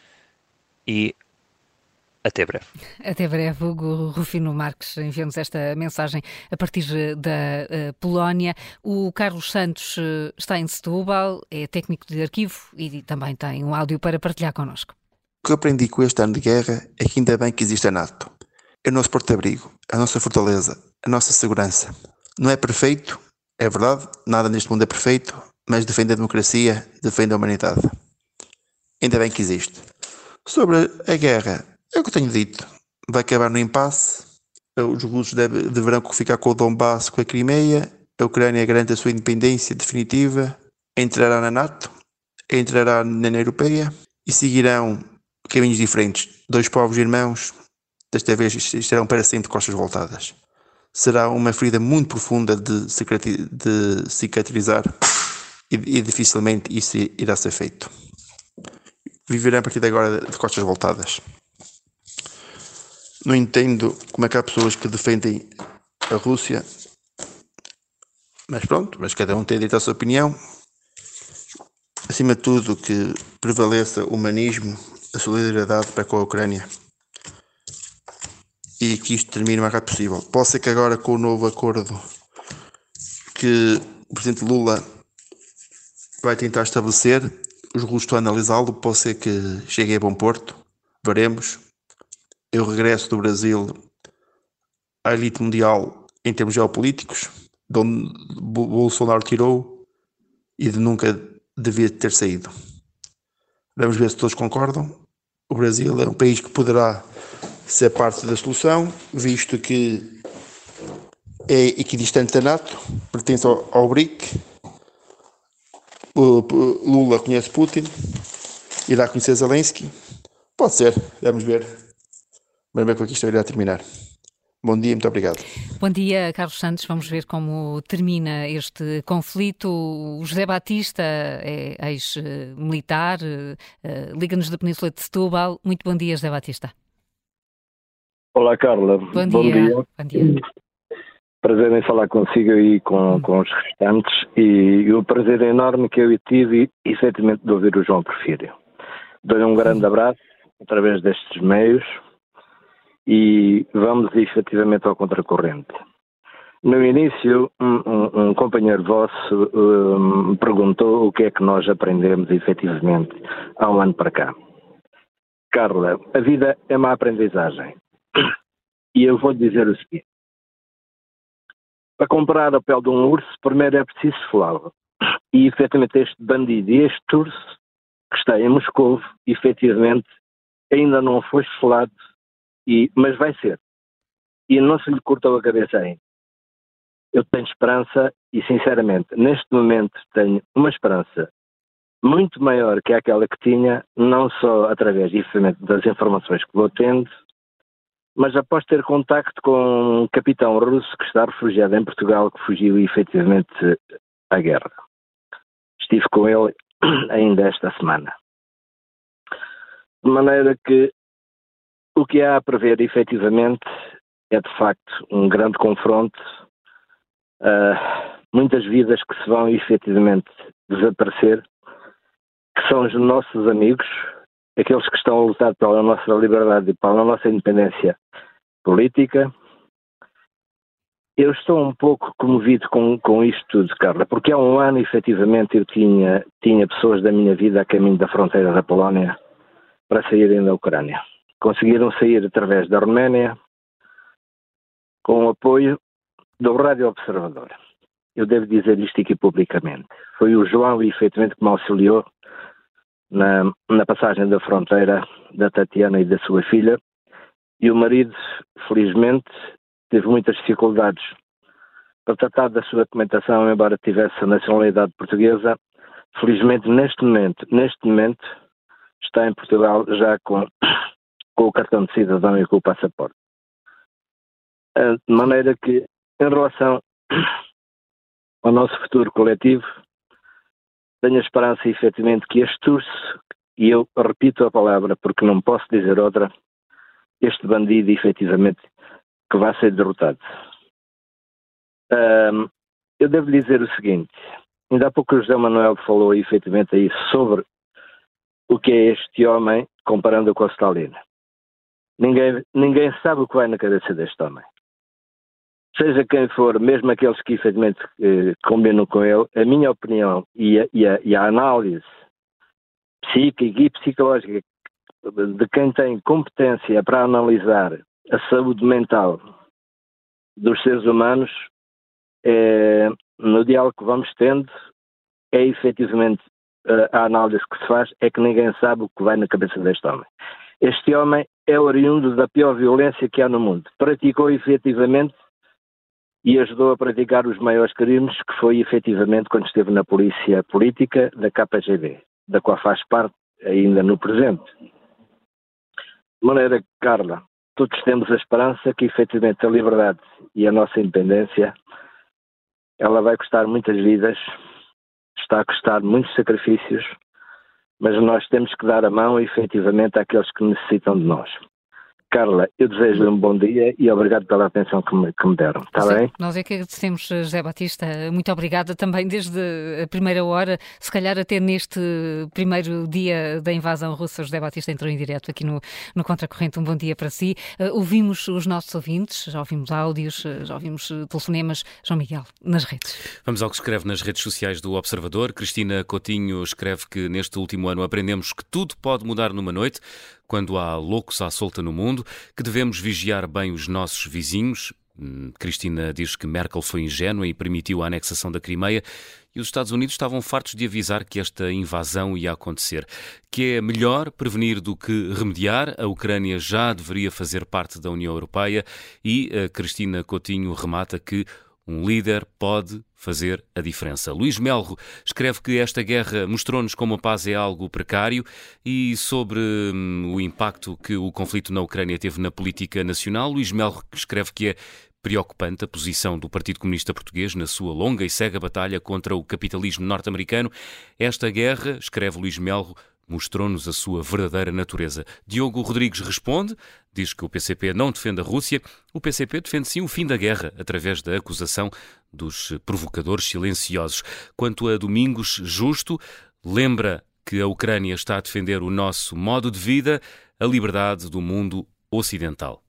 e até breve. Até breve. Hugo Rufino Marques enviou-nos esta mensagem a partir da uh, Polónia. O Carlos Santos uh, está em Setúbal, é técnico de arquivo e também tem um áudio para partilhar connosco. O que eu aprendi com este ano de guerra é que ainda bem que existe a NATO. É o nosso porto-abrigo, a nossa fortaleza, a nossa segurança. Não é perfeito, é verdade, nada neste mundo é perfeito, mas defende a democracia, defende a humanidade. Ainda bem que existe. Sobre a guerra, é o que eu tenho dito. Vai acabar no impasse, os russos deve, deverão ficar com o Donbass, com a Crimeia, a Ucrânia garante a sua independência definitiva, entrará na NATO, entrará na União Europeia e seguirão caminhos diferentes. Dois povos irmãos, desta vez estarão para sempre costas voltadas. Será uma ferida muito profunda de, de cicatrizar e, e dificilmente isso irá ser feito. Viverão a partir de agora de costas voltadas. Não entendo como é que há pessoas que defendem a Rússia, mas pronto, mas cada um tem direito à sua opinião. Acima de tudo, que prevaleça o humanismo, a solidariedade para com a Ucrânia e que isto termine o mais rápido possível. Pode ser que agora, com o novo acordo que o Presidente Lula vai tentar estabelecer, os russos estão a analisá-lo, pode ser que chegue a bom porto, veremos. Eu regresso do Brasil à elite mundial em termos geopolíticos, de onde Bolsonaro tirou e de nunca devia ter saído. Vamos ver se todos concordam. O Brasil é um país que poderá ser parte da solução, visto que é equidistante da NATO, pertence ao, ao B R I C. o Lula conhece Putin, irá conhecer Zelensky. Pode ser, vamos ver. Vamos ver como é que isto irá terminar. Bom dia, muito obrigado. Bom dia, Carlos Santos. Vamos ver como termina este conflito. O José Batista é ex-militar, liga-nos da Península de Setúbal. Muito bom dia, José Batista. Olá, Carla. Bom dia. Bom dia. Bom dia. Prazer em falar consigo e com, hum. com os restantes. E, e o prazer enorme que eu tive, efetivamente, de ouvir o João Porfírio. Dou-lhe um grande abraço através destes meios. E vamos efetivamente ao contracorrente. No início, um, um, um companheiro vosso um, me perguntou o que é que nós aprendemos efetivamente há um ano para cá. Carla, a vida é uma aprendizagem. E eu vou dizer o seguinte. Para comprar a pele de um urso, primeiro é preciso selá-lo. E efetivamente este bandido e este urso que está em Moscovo, efetivamente ainda não foi selado. E, mas vai ser. E não se lhe cortou a cabeça ainda. Eu tenho esperança e, sinceramente, neste momento tenho uma esperança muito maior que aquela que tinha, não só através, efetivamente, das informações que vou tendo, mas após ter contacto com um capitão russo que está refugiado em Portugal, que fugiu efetivamente à guerra. Estive com ele ainda esta semana. De maneira que o que há a prever, efetivamente, é, de facto, um grande confronto. Uh, muitas vidas que se vão, efetivamente, desaparecer, que são os nossos amigos, aqueles que estão a lutar pela nossa liberdade e pela nossa independência política. Eu estou um pouco comovido com, com isto tudo, Carla, porque há um ano, efetivamente, eu tinha, tinha pessoas da minha vida a caminho da fronteira da Polónia para saírem da Ucrânia. Conseguiram sair através da Roménia com o apoio do Rádio Observador. Eu devo dizer isto aqui publicamente. Foi o João, efetivamente, que me auxiliou na, na passagem da fronteira da Tatiana e da sua filha. E o marido, felizmente, teve muitas dificuldades para tratar da sua documentação, embora tivesse a nacionalidade portuguesa. Felizmente, neste momento, neste momento, está em Portugal já com... com o cartão de cidadão e com o passaporte. De maneira que, em relação ao nosso futuro coletivo, tenho a esperança, efetivamente, que este urso, e eu repito a palavra porque não posso dizer outra, este bandido, efetivamente, que vai ser derrotado. Um, eu devo dizer o seguinte, ainda há pouco o José Manuel falou, efetivamente, aí sobre o que é este homem, comparando com a Stalin. Ninguém, ninguém sabe o que vai na cabeça deste homem. Seja quem for, mesmo aqueles que efetivamente eh, combinam com ele, a minha opinião e a, e a, e a análise psíquica e psicológica de quem tem competência para analisar a saúde mental dos seres humanos, é, no diálogo que vamos tendo, é efetivamente a análise que se faz, é que ninguém sabe o que vai na cabeça deste homem. Este homem é oriundo da pior violência que há no mundo. Praticou efetivamente e ajudou a praticar os maiores crimes, que foi efetivamente quando esteve na polícia política da K G B, da qual faz parte ainda no presente. De maneira que, Carla, todos temos a esperança que efetivamente a liberdade e a nossa independência, ela vai custar muitas vidas, está a custar muitos sacrifícios, mas nós temos que dar a mão, efetivamente, àqueles que necessitam de nós. Carla, eu desejo-lhe um bom dia e obrigado pela atenção que me, que me deram. Está Sim, bem? Nós é que agradecemos, José Batista. Muito obrigada também desde a primeira hora, se calhar até neste primeiro dia da invasão russa. José Batista entrou em direto aqui no, no Contracorrente. Um bom dia para si. Uh, ouvimos os nossos ouvintes, já ouvimos áudios, já ouvimos telefonemas. João Miguel, nas redes. Vamos ao que escreve nas redes sociais do Observador. Cristina Coutinho escreve que neste último ano aprendemos que tudo pode mudar numa noite, quando há loucos à solta no mundo, que devemos vigiar bem os nossos vizinhos. Cristina diz que Merkel foi ingênua e permitiu a anexação da Crimeia e os Estados Unidos estavam fartos de avisar que esta invasão ia acontecer. Que é melhor prevenir do que remediar. A Ucrânia já deveria fazer parte da União Europeia e a Cristina Coutinho remata que Um líder pode fazer a diferença. Luís Melro escreve que esta guerra mostrou-nos como a paz é algo precário e sobre hum, o impacto que o conflito na Ucrânia teve na política nacional. Luís Melro escreve que é preocupante a posição do Partido Comunista Português na sua longa e cega batalha contra o capitalismo norte-americano. Esta guerra, escreve Luís Melro, mostrou-nos a sua verdadeira natureza. Diogo Rodrigues responde, diz que o P C P não defende a Rússia. O P C P defende sim o fim da guerra, através da acusação dos provocadores silenciosos. Quanto a Domingos Justo, lembra que a Ucrânia está a defender o nosso modo de vida, a liberdade do mundo ocidental.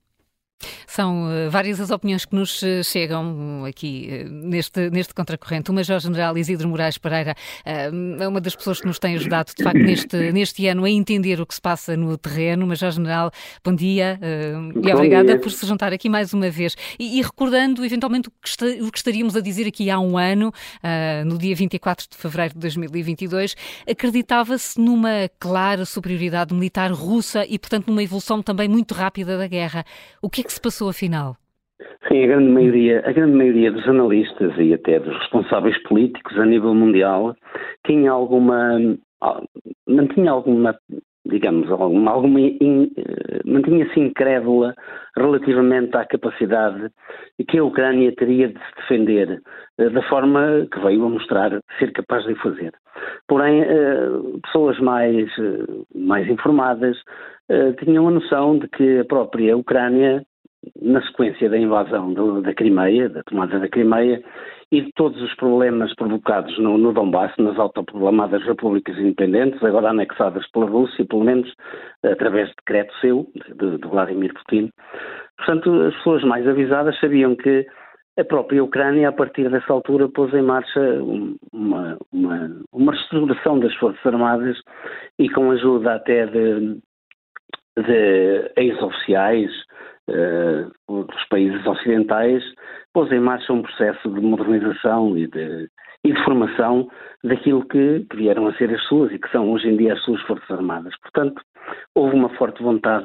São uh, várias as opiniões que nos uh, chegam aqui uh, neste, neste contracorrente. O Major-General Isidro Moraes Pereira uh, é uma das pessoas que nos tem ajudado, de facto, neste, neste ano a entender o que se passa no terreno. Major-General, bom dia uh, e obrigada dia. por se juntar aqui mais uma vez. E, e recordando, eventualmente, o que, está, o que estaríamos a dizer aqui há um ano, uh, no dia vinte e quatro de fevereiro de dois mil e vinte e dois, acreditava-se numa clara superioridade militar russa e, portanto, numa evolução também muito rápida da guerra. O que é que se passou afinal? Sim, a grande maioria, a grande maioria dos analistas e até dos responsáveis políticos a nível mundial tinha alguma, mantinha alguma, digamos, alguma, alguma in, mantinha-se incrédula relativamente à capacidade que a Ucrânia teria de se defender da forma que veio a mostrar ser capaz de fazer. Porém, pessoas mais, mais informadas tinham a noção de que a própria Ucrânia, na sequência da invasão do, da Crimeia, da tomada da Crimeia e de todos os problemas provocados no, no Donbass, nas autoproclamadas repúblicas independentes, agora anexadas pela Rússia, pelo menos através de decreto seu, de, de Vladimir Putin. Portanto, as pessoas mais avisadas sabiam que a própria Ucrânia, a partir dessa altura, pôs em marcha uma, uma, uma reestruturação das Forças Armadas e com ajuda até de, de ex-oficiais Uh, dos países ocidentais, pôs em marcha um processo de modernização e de, e de formação daquilo que, que vieram a ser as suas e que são hoje em dia as suas Forças Armadas. Portanto, houve uma forte vontade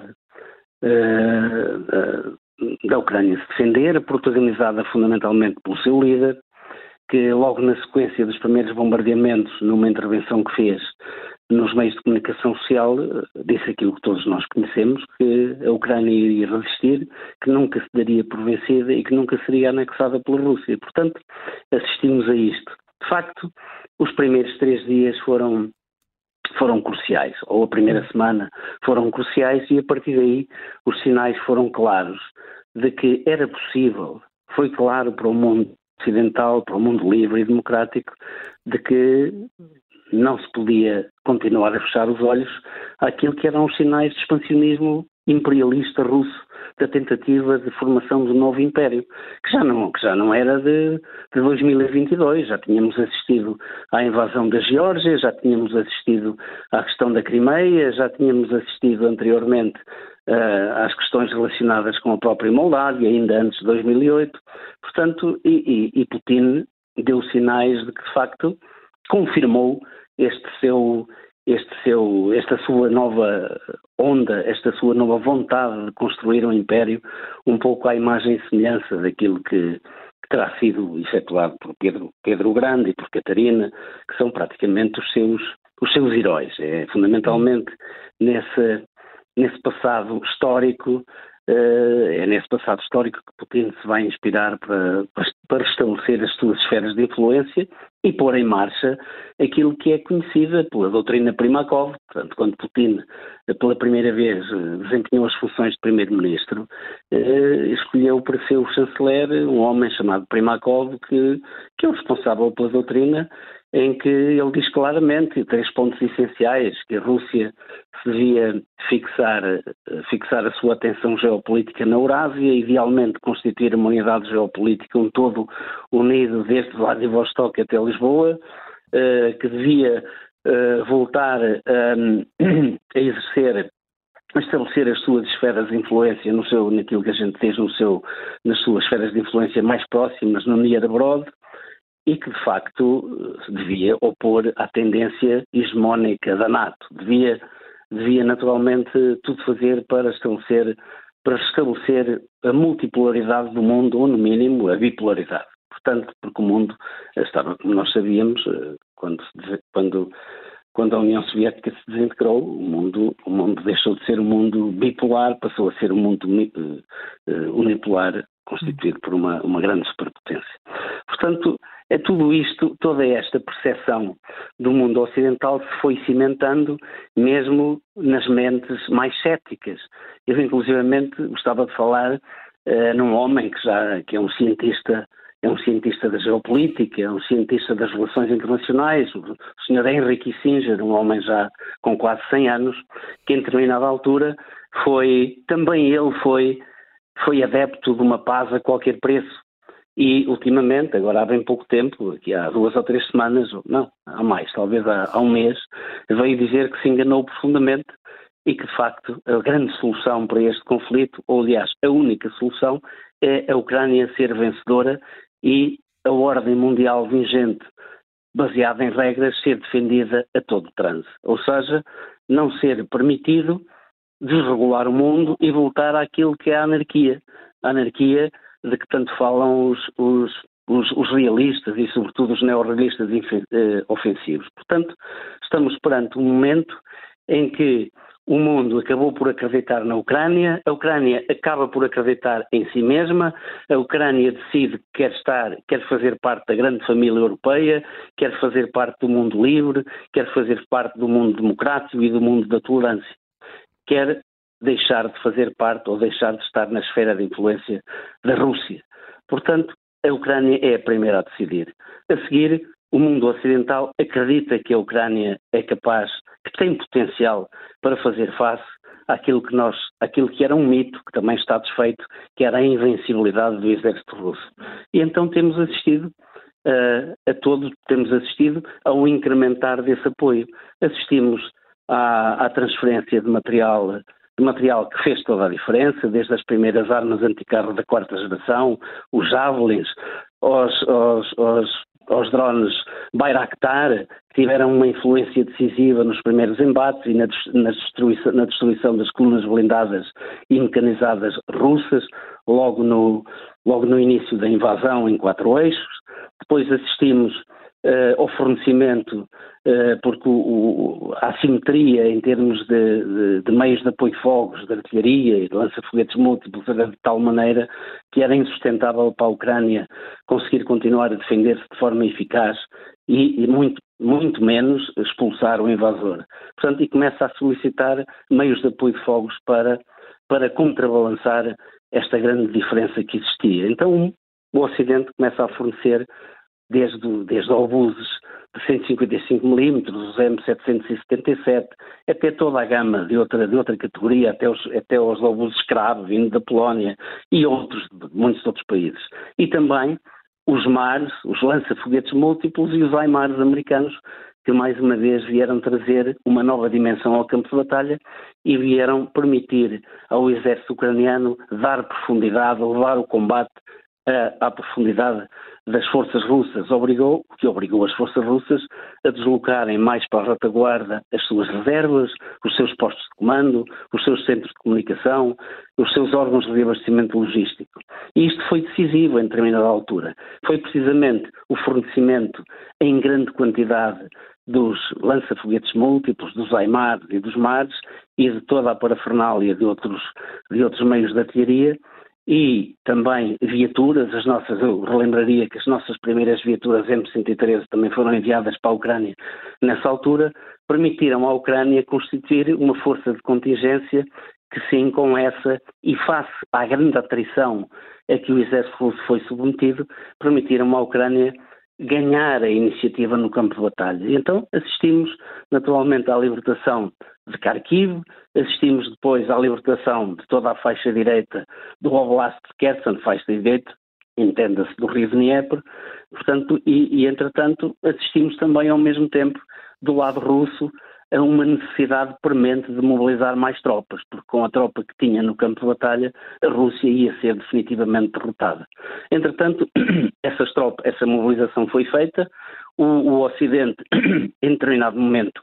uh, uh, da Ucrânia se defender, protagonizada fundamentalmente pelo seu líder, que logo na sequência dos primeiros bombardeamentos, numa intervenção que fez nos meios de comunicação social, disse aquilo que todos nós conhecemos, que a Ucrânia iria resistir, que nunca se daria por vencida e que nunca seria anexada pela Rússia. Portanto, assistimos a isto. De facto, os primeiros três dias foram, foram cruciais, ou a primeira semana foram cruciais, e a partir daí os sinais foram claros de que era possível, foi claro para o mundo ocidental, para o mundo livre e democrático, de que não se podia continuar a fechar os olhos àquilo que eram os sinais de expansionismo imperialista russo, da tentativa de formação do novo império, que já não, que já não era de, de dois mil e vinte e dois, já tínhamos assistido à invasão da Geórgia, já tínhamos assistido à questão da Crimeia, já tínhamos assistido anteriormente uh, às questões relacionadas com a própria Moldávia, ainda antes de dois mil e oito, portanto, e, e, e Putin deu sinais de que, de facto, confirmou este seu, este seu, esta sua nova onda, esta sua nova vontade de construir um império um pouco à imagem e semelhança daquilo que, que terá sido efetuado por Pedro, Pedro o Grande e por Catarina, que são praticamente os seus, os seus heróis. É fundamentalmente nesse, nesse passado histórico, é nesse passado histórico que Putin se vai inspirar para, para restabelecer as suas esferas de influência e pôr em marcha aquilo que é conhecida pela doutrina Primakov. Portanto, quando Putin pela primeira vez desempenhou as funções de primeiro-ministro, escolheu para ser o chanceler um homem chamado Primakov, que, que é o responsável pela doutrina, em que ele diz claramente três pontos essenciais: que a Rússia se devia fixar, fixar a sua atenção geopolítica na Eurásia, idealmente constituir uma unidade geopolítica, um todo unido desde Vladivostok até Lisboa, que devia voltar a exercer, a estabelecer as suas esferas de influência no seu, naquilo que a gente diz no seu, nas suas esferas de influência mais próximas, no Near Abroad, e que, de facto, devia opor à tendência hegemónica da NATO. Devia, devia naturalmente, tudo fazer para estabelecer, para estabelecer a multipolaridade do mundo, ou, no mínimo, a bipolaridade. importante, porque o mundo estava, como nós sabíamos, quando, quando, quando a União Soviética se desintegrou, o mundo, o mundo deixou de ser um mundo bipolar, passou a ser um mundo unipolar, constituído por uma, uma grande superpotência. Portanto, é tudo isto, toda esta percepção do mundo ocidental se foi cimentando mesmo nas mentes mais céticas. Eu, inclusivamente, gostava de falar uh, num homem que já que é um cientista, é um cientista da geopolítica, é um cientista das relações internacionais, o senhor Henry Kissinger, um homem já com quase cem anos, que em determinada altura foi, também ele foi foi adepto de uma paz a qualquer preço e ultimamente, agora há bem pouco tempo, aqui há duas ou três semanas, não, há mais, talvez há, há um mês, veio dizer que se enganou profundamente e que de facto a grande solução para este conflito, ou aliás a única solução, é a Ucrânia ser vencedora e a ordem mundial vigente, baseada em regras, ser defendida a todo transe, ou seja, não ser permitido desregular o mundo e voltar àquilo que é a anarquia. A anarquia de que tanto falam os, os, os, os realistas e sobretudo os neorrealistas ofensivos. Portanto, estamos perante um momento em que o mundo acabou por acreditar na Ucrânia, a Ucrânia acaba por acreditar em si mesma, a Ucrânia decide que quer estar, quer fazer parte da grande família europeia, quer fazer parte do mundo livre, quer fazer parte do mundo democrático e do mundo da tolerância. Quer deixar de fazer parte ou deixar de estar na esfera de influência da Rússia. Portanto, a Ucrânia é a primeira a decidir. A seguir, o mundo ocidental acredita que a Ucrânia é capaz, que tem potencial para fazer face àquilo que nós, àquilo que era um mito, que também está desfeito, que era a invencibilidade do exército russo. E então temos assistido uh, a todos, temos assistido ao incrementar desse apoio. Assistimos À, à transferência de material, de material que fez toda a diferença, desde as primeiras armas anticarro da quarta geração, os Javelins, aos, aos, aos, aos drones Bayraktar, que tiveram uma influência decisiva nos primeiros embates e na, na, destruição, na destruição das colunas blindadas e mecanizadas russas, logo no, logo no início da invasão em quatro eixos. Depois assistimos Uh, ao fornecimento, uh, porque o, o, a assimetria em termos de, de, de meios de apoio de fogos, de artilharia e de lança-foguetes múltiplos era de tal maneira que era insustentável para a Ucrânia conseguir continuar a defender-se de forma eficaz e, e muito, muito menos expulsar o invasor. Portanto, e começa a solicitar meios de apoio de fogos para, para contrabalançar esta grande diferença que existia. Então, o Ocidente começa a fornecer Desde, desde obuses de cento e cinquenta e cinco milímetros, os M setecentos e setenta e sete, até toda a gama de outra, de outra categoria, até os, até os obuses Scrab, vindo da Polónia e outros, de muitos outros países. E também os MARS, os lança-foguetes múltiplos e os HIMARS americanos, que mais uma vez vieram trazer uma nova dimensão ao campo de batalha e vieram permitir ao exército ucraniano dar profundidade, levar o combate à profundidade das forças russas, obrigou, o que obrigou as forças russas a deslocarem mais para a retaguarda as suas reservas, os seus postos de comando, os seus centros de comunicação, os seus órgãos de reabastecimento logístico. E isto foi decisivo em determinada altura. Foi precisamente o fornecimento em grande quantidade dos lança-foguetes múltiplos, dos HIMARS e dos MARS e de toda a parafernália de outros, de outros meios de artilharia, e também viaturas, as nossas, eu relembraria que as nossas primeiras viaturas M cento e treze também foram enviadas para a Ucrânia nessa altura, permitiram à Ucrânia constituir uma força de contingência que sim, com essa, e face à grande atrição a que o exército russo foi submetido, permitiram à Ucrânia ganhar a iniciativa no campo de batalha. E então assistimos naturalmente à libertação de Kharkiv, assistimos depois à libertação de toda a faixa direita do Oblast de Kherson, faixa direita, entenda-se, do rio Dnieper, portanto, e, e entretanto assistimos também ao mesmo tempo do lado russo a uma necessidade premente de mobilizar mais tropas, porque com a tropa que tinha no campo de batalha, a Rússia ia ser definitivamente derrotada. Entretanto, essas tropas, essa mobilização foi feita, o, o Ocidente, em determinado momento,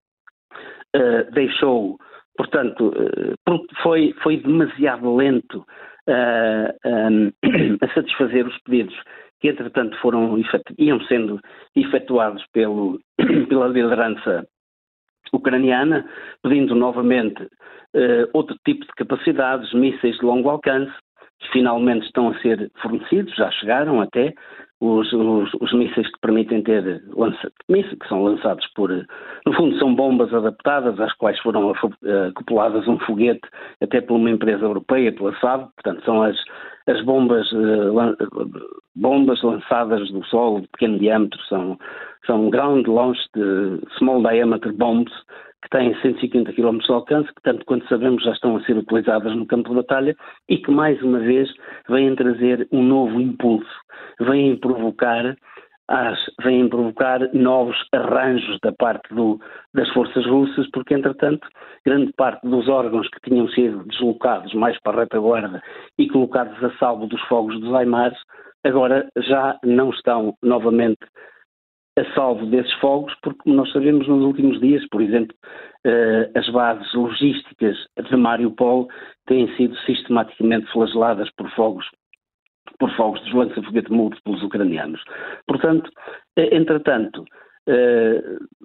uh, deixou, portanto, uh, foi, foi demasiado lento uh, um, a satisfazer os pedidos que entretanto foram, iam sendo efetuados pelo, pela liderança ucraniana, pedindo novamente uh, outro tipo de capacidades, mísseis de longo alcance, que finalmente estão a ser fornecidos, já chegaram até, os, os, os mísseis que permitem ter, lança, mísseis que são lançados por, no fundo são bombas adaptadas, às quais foram acopladas um foguete, até por uma empresa europeia, pela Saab, portanto são as, as bombas, uh, bombas lançadas do solo de pequeno diâmetro, são, são ground launched small diameter bombs, que têm cento e cinquenta quilómetros de alcance, que tanto quanto sabemos já estão a ser utilizadas no campo de batalha e que mais uma vez vêm trazer um novo impulso, vêm provocar, as, vêm provocar novos arranjos da parte do, das forças russas, porque entretanto grande parte dos órgãos que tinham sido deslocados mais para a retaguarda e colocados a salvo dos fogos dos Aimars, agora já não estão novamente a salvo desses fogos, porque como nós sabemos nos últimos dias, por exemplo, eh, as bases logísticas de Mariupol têm sido sistematicamente flageladas por fogos, por fogos de lança-foguete múltiplos ucranianos. Portanto, eh, entretanto, eh,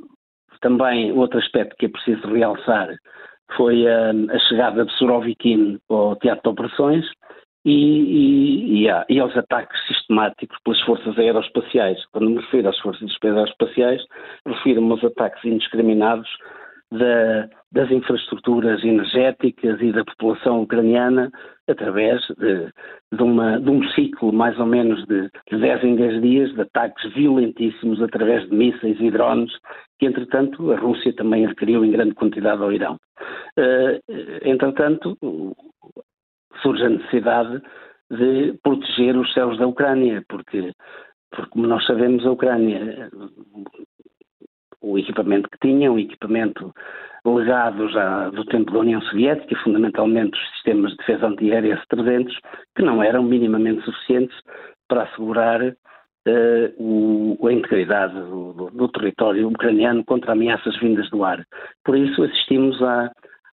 também outro aspecto que é preciso realçar foi a, a chegada de Surovikin ao teatro de operações, E, e, e, há, e aos ataques sistemáticos pelas forças aeroespaciais. Quando me refiro às forças aeroespaciais, refiro-me aos ataques indiscriminados da, das infraestruturas energéticas e da população ucraniana através de, de, uma, de um ciclo mais ou menos de, de dez em dez dias de ataques violentíssimos através de mísseis e drones que, entretanto, a Rússia também adquiriu em grande quantidade ao Irão. Uh, entretanto, surge a necessidade de proteger os céus da Ucrânia, porque, porque como nós sabemos, a Ucrânia, o equipamento que tinha, um equipamento legado já do tempo da União Soviética, fundamentalmente os sistemas de defesa antiaérea S trezentos, que não eram minimamente suficientes para assegurar uh, o, a integridade do, do, do território ucraniano contra ameaças vindas do ar. Por isso assistimos a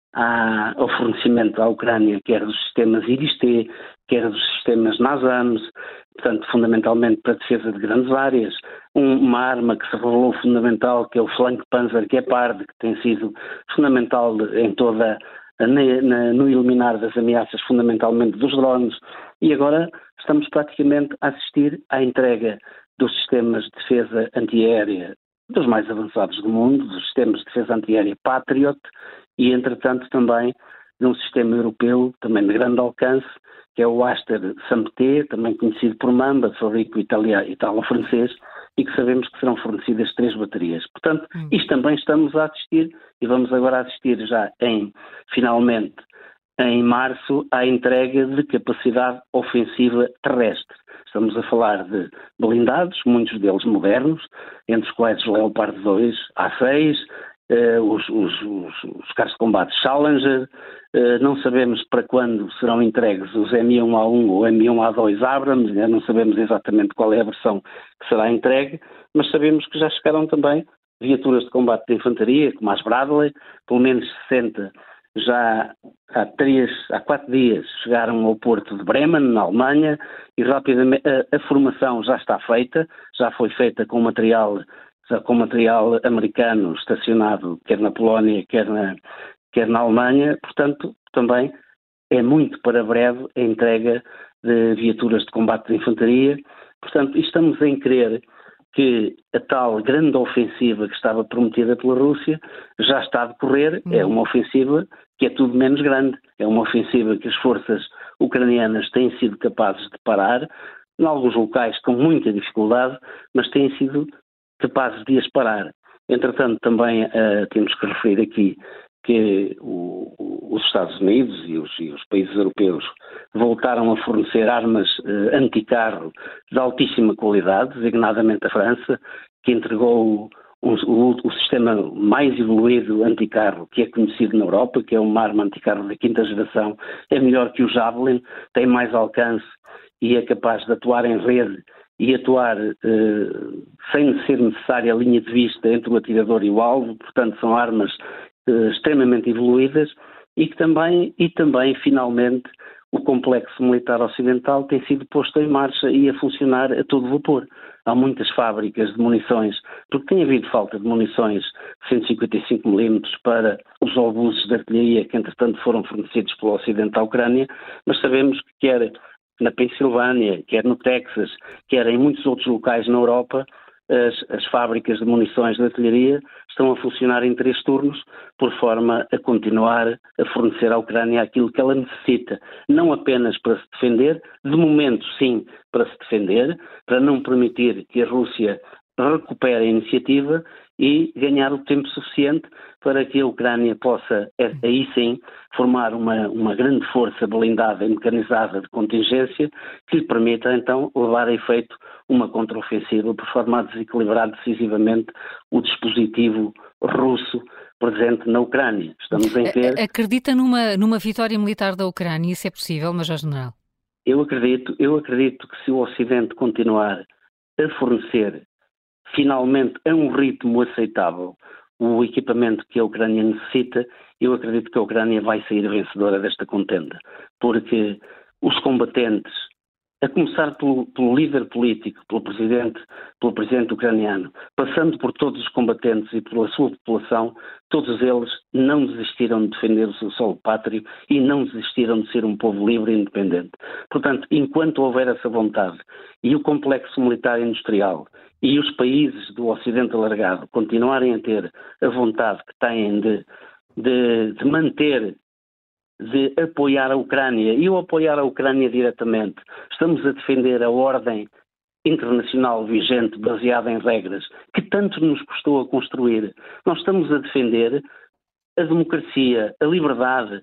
ao fornecimento à Ucrânia, quer dos sistemas I R I S-T, quer dos sistemas NASAMS, portanto, fundamentalmente para a defesa de grandes áreas, um, uma arma que se revelou fundamental, que é o Flank-Panzer Gepard, que tem sido fundamental em toda, na, na, no eliminar das ameaças, fundamentalmente dos drones, e agora estamos praticamente a assistir à entrega dos sistemas de defesa antiaérea dos mais avançados do mundo, dos sistemas de defesa antiaérea Patriot, e, entretanto, também de um sistema europeu, também de grande alcance, que é o Aster Samp-T, também conhecido por Mamba, de fabrico italo-francês, e que sabemos que serão fornecidas três baterias. Portanto, hum. isto também estamos a assistir, e vamos agora assistir já em, finalmente, em março, à entrega de capacidade ofensiva terrestre. Estamos a falar de blindados, muitos deles modernos, entre os quais os Leopard dois A seis, Uh, os, os, os, os carros de combate Challenger, uh, não sabemos para quando serão entregues os M um A um ou M um A dois Abrams, né? Não sabemos exatamente qual é a versão que será entregue, mas sabemos que já chegaram também viaturas de combate de infantaria, como as Bradley, pelo menos sessenta, já há três, há quatro dias chegaram ao porto de Bremen, na Alemanha, e rapidamente a, a formação já está feita, já foi feita com material com material americano estacionado quer na Polónia, quer na, quer na Alemanha, portanto, também é muito para breve a entrega de viaturas de combate de infantaria, portanto, estamos em crer que a tal grande ofensiva que estava prometida pela Rússia já está a decorrer, é uma ofensiva que é tudo menos grande, é uma ofensiva que as forças ucranianas têm sido capazes de parar, em alguns locais com muita dificuldade, mas têm sido capazes de as parar. Entretanto, também uh, temos que referir aqui que o, o, os Estados Unidos e os, e os países europeus voltaram a fornecer armas uh, anticarro de altíssima qualidade, designadamente a França, que entregou o, o, o sistema mais evoluído anticarro que é conhecido na Europa, que é uma arma anticarro da quinta geração, é melhor que o Javelin, tem mais alcance e é capaz de atuar em rede e atuar eh, sem ser necessária a linha de vista entre o atirador e o alvo, portanto são armas eh, extremamente evoluídas e que também, e também finalmente o complexo militar ocidental tem sido posto em marcha e a funcionar a todo vapor. Há muitas fábricas de munições, porque tem havido falta de munições de cento e cinquenta e cinco milímetros para os obuses de artilharia que, entretanto, foram fornecidos pelo Ocidente à Ucrânia, mas sabemos que quer na Pensilvânia, quer no Texas, quer em muitos outros locais na Europa, As, as fábricas de munições de artilharia estão a funcionar em três turnos, por forma a continuar a fornecer à Ucrânia aquilo que ela necessita, não apenas para se defender, de momento sim para se defender, para não permitir que a Rússia recupere a iniciativa e ganhar o tempo suficiente para que a Ucrânia possa, aí sim, formar uma, uma grande força blindada e mecanizada de contingência que lhe permita, então, levar a efeito uma contraofensiva por forma a desequilibrar decisivamente o dispositivo russo presente na Ucrânia. Estamos em ter... Acredita numa, numa vitória militar da Ucrânia? Isso é possível, Major General? Eu acredito, eu acredito que se o Ocidente continuar a fornecer finalmente a um ritmo aceitável o equipamento que a Ucrânia necessita, eu acredito que a Ucrânia vai sair vencedora desta contenda, porque os combatentes, a começar pelo, pelo líder político, pelo presidente, pelo presidente ucraniano, passando por todos os combatentes e pela sua população, todos eles não desistiram de defender o seu solo pátrio e não desistiram de ser um povo livre e independente. Portanto, enquanto houver essa vontade e o complexo militar e industrial e os países do Ocidente alargado continuarem a ter a vontade que têm de, de, de manter, de apoiar a Ucrânia e o apoiar a Ucrânia diretamente, estamos a defender a ordem internacional vigente baseada em regras que tanto nos custou a construir. Nós estamos a defender a democracia, a liberdade,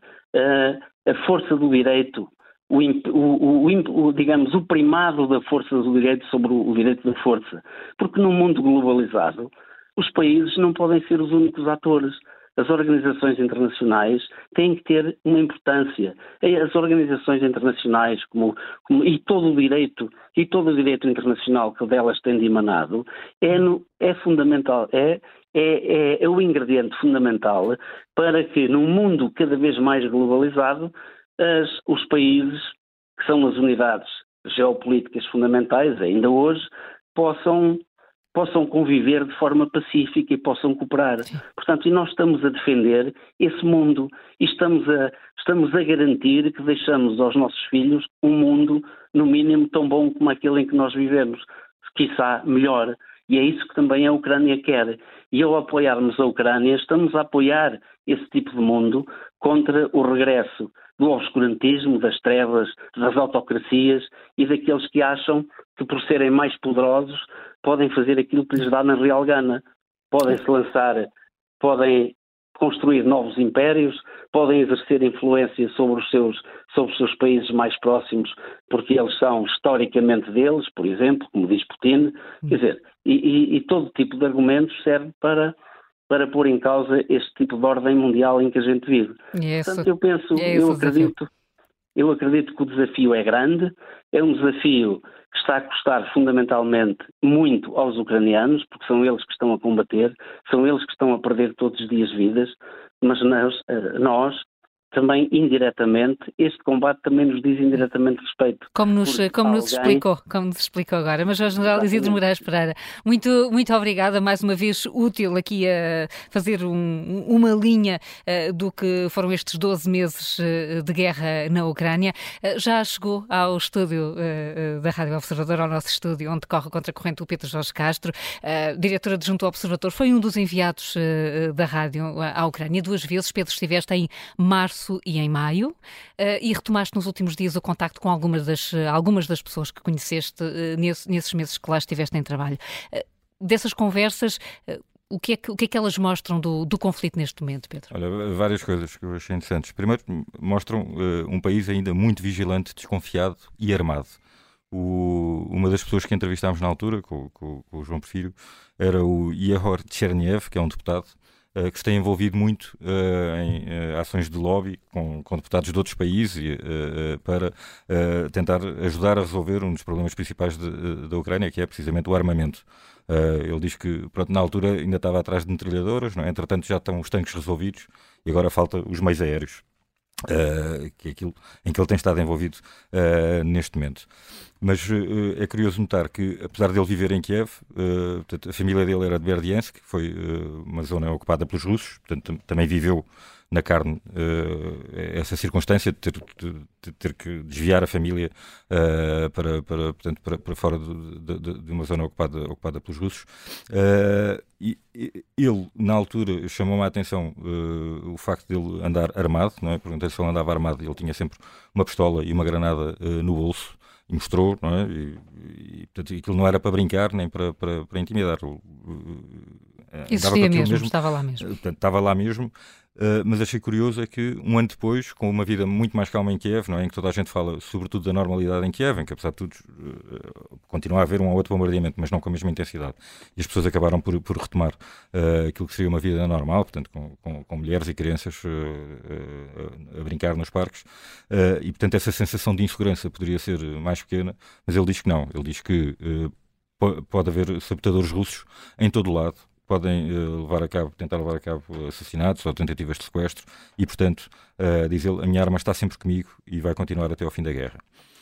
a, a força do direito, o, o, o, o, digamos, o primado da força do direito sobre o, o direito da força. Porque num mundo globalizado, os países não podem ser os únicos atores. As organizações internacionais têm que ter uma importância. As organizações internacionais como, como, e todo o direito e todo o direito internacional que delas tem de emanado é, no, é fundamental, é, é, é, é o ingrediente fundamental para que num mundo cada vez mais globalizado as, os países, que são as unidades geopolíticas fundamentais ainda hoje, possam possam conviver de forma pacífica e possam cooperar. Sim. Portanto, e nós estamos a defender esse mundo e estamos a, estamos a garantir que deixamos aos nossos filhos um mundo, no mínimo, tão bom como aquele em que nós vivemos, quiçá melhor. E é isso que também a Ucrânia quer. E ao apoiarmos a Ucrânia, estamos a apoiar esse tipo de mundo contra o regresso do obscurantismo, das trevas, das autocracias e daqueles que acham que, por serem mais poderosos, podem fazer aquilo que lhes dá na real gana. Podem se lançar, podem construir novos impérios, podem exercer influência sobre os seus, sobre os seus países mais próximos, porque eles são historicamente deles, por exemplo, como diz Putin. Hum. Quer dizer, e, e, e todo tipo de argumentos serve para, para pôr em causa este tipo de ordem mundial em que a gente vive. Yes. Portanto, eu penso, yes, eu acredito, eu acredito que o desafio é grande, é um desafio que está a custar fundamentalmente muito aos ucranianos, porque são eles que estão a combater, são eles que estão a perder todos os dias vidas, mas nós, nós também indiretamente, este combate também nos diz indiretamente respeito. Como nos, como nos explicou, como nos explicou agora. Major General Isidro Moraes Pereira, muito, muito obrigada, mais uma vez útil aqui a fazer um, uma linha uh, do que foram estes doze meses uh, de guerra na Ucrânia. Uh, já chegou ao estúdio uh, da Rádio Observador, ao nosso estúdio, onde corre contra a corrente o Pedro Jorge Castro, uh, diretor adjunto ao Observador, foi um dos enviados uh, da Rádio à Ucrânia duas vezes. Pedro, estiveste em março e em maio, uh, e retomaste nos últimos dias o contacto com algumas das, uh, algumas das pessoas que conheceste uh, nesse, nesses meses que lá estiveste em trabalho. Uh, dessas conversas, uh, o, que é que, o que é que elas mostram do, do conflito neste momento, Pedro? Olha, várias coisas que eu achei interessantes. Primeiro, mostram uh, um país ainda muito vigilante, desconfiado e armado. O, uma das pessoas que entrevistámos na altura, com, com, com o João Porfírio, era o Yehor Tcherniev, que é um deputado, Uh, que se tem envolvido muito uh, em uh, ações de lobby com, com deputados de outros países uh, uh, para uh, tentar ajudar a resolver um dos problemas principais de, uh, da Ucrânia, que é precisamente o armamento. Uh, ele diz que, pronto, na altura ainda estava atrás de metralhadoras, não é? Entretanto já estão os tanques resolvidos e agora falta os meios aéreos. Uh, que é aquilo em que ele tem estado envolvido uh, neste momento. Mas uh, é curioso notar que, apesar dele viver em Kiev, uh, portanto, a família dele era de Berdiansk, que foi uh, uma zona ocupada pelos russos, portanto, também viveu na carne uh, essa circunstância de ter, de, de ter que desviar a família uh, para, para, portanto, para, para fora de, de, de uma zona ocupada, ocupada pelos russos. Uh, e, e ele, na altura, chamou-me a atenção uh, o facto de ele andar armado, não é? Perguntei se ele andava armado, ele tinha sempre uma pistola e uma granada uh, no bolso, e mostrou, não é? E, e portanto, aquilo não era para brincar nem para, para, para intimidar. Uh, Existia mesmo, mesmo, estava lá mesmo. Portanto, estava lá mesmo. Uh, mas achei curioso é que um ano depois, com uma vida muito mais calma em Kiev, não é? Em que toda a gente fala sobretudo da normalidade em Kiev, em que apesar de tudo uh, continua a haver um ou outro bombardeamento, mas não com a mesma intensidade, e as pessoas acabaram por, por retomar uh, aquilo que seria uma vida normal, portanto com, com, com mulheres e crianças uh, uh, a brincar nos parques, uh, e portanto essa sensação de insegurança poderia ser mais pequena, mas ele diz que não, ele diz que uh, pode haver sabotadores russos em todo o lado, podem uh, levar a cabo, tentar levar a cabo assassinatos ou tentativas de sequestro e, portanto, uh, diz ele, a minha arma está sempre comigo e vai continuar até ao fim da guerra.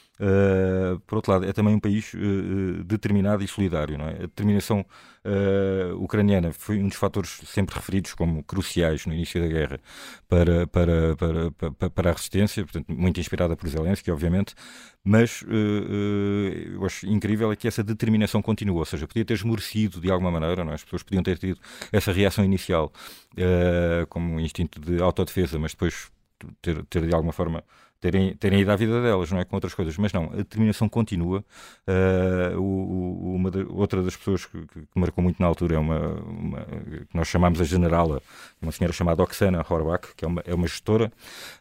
Uh, por outro lado, é também um país uh, determinado e solidário, não é? A determinação uh, ucraniana foi um dos fatores sempre referidos como cruciais no início da guerra para, para, para, para, para a resistência, portanto, muito inspirada por Zelensky, obviamente, mas uh, uh, eu acho incrível é que essa determinação continua, ou seja, podia ter esmorecido de alguma maneira, não é? As pessoas podiam ter tido essa reação inicial uh, como um instinto de autodefesa, mas depois ter, ter de alguma forma Terem, terem ido à vida delas, não é? Com outras coisas, mas não, a determinação continua. Uh, o, o, uma de, outra das pessoas que, que marcou muito na altura é uma, uma que nós chamamos a generala, uma senhora chamada Oksana Horbach, que é uma, é uma gestora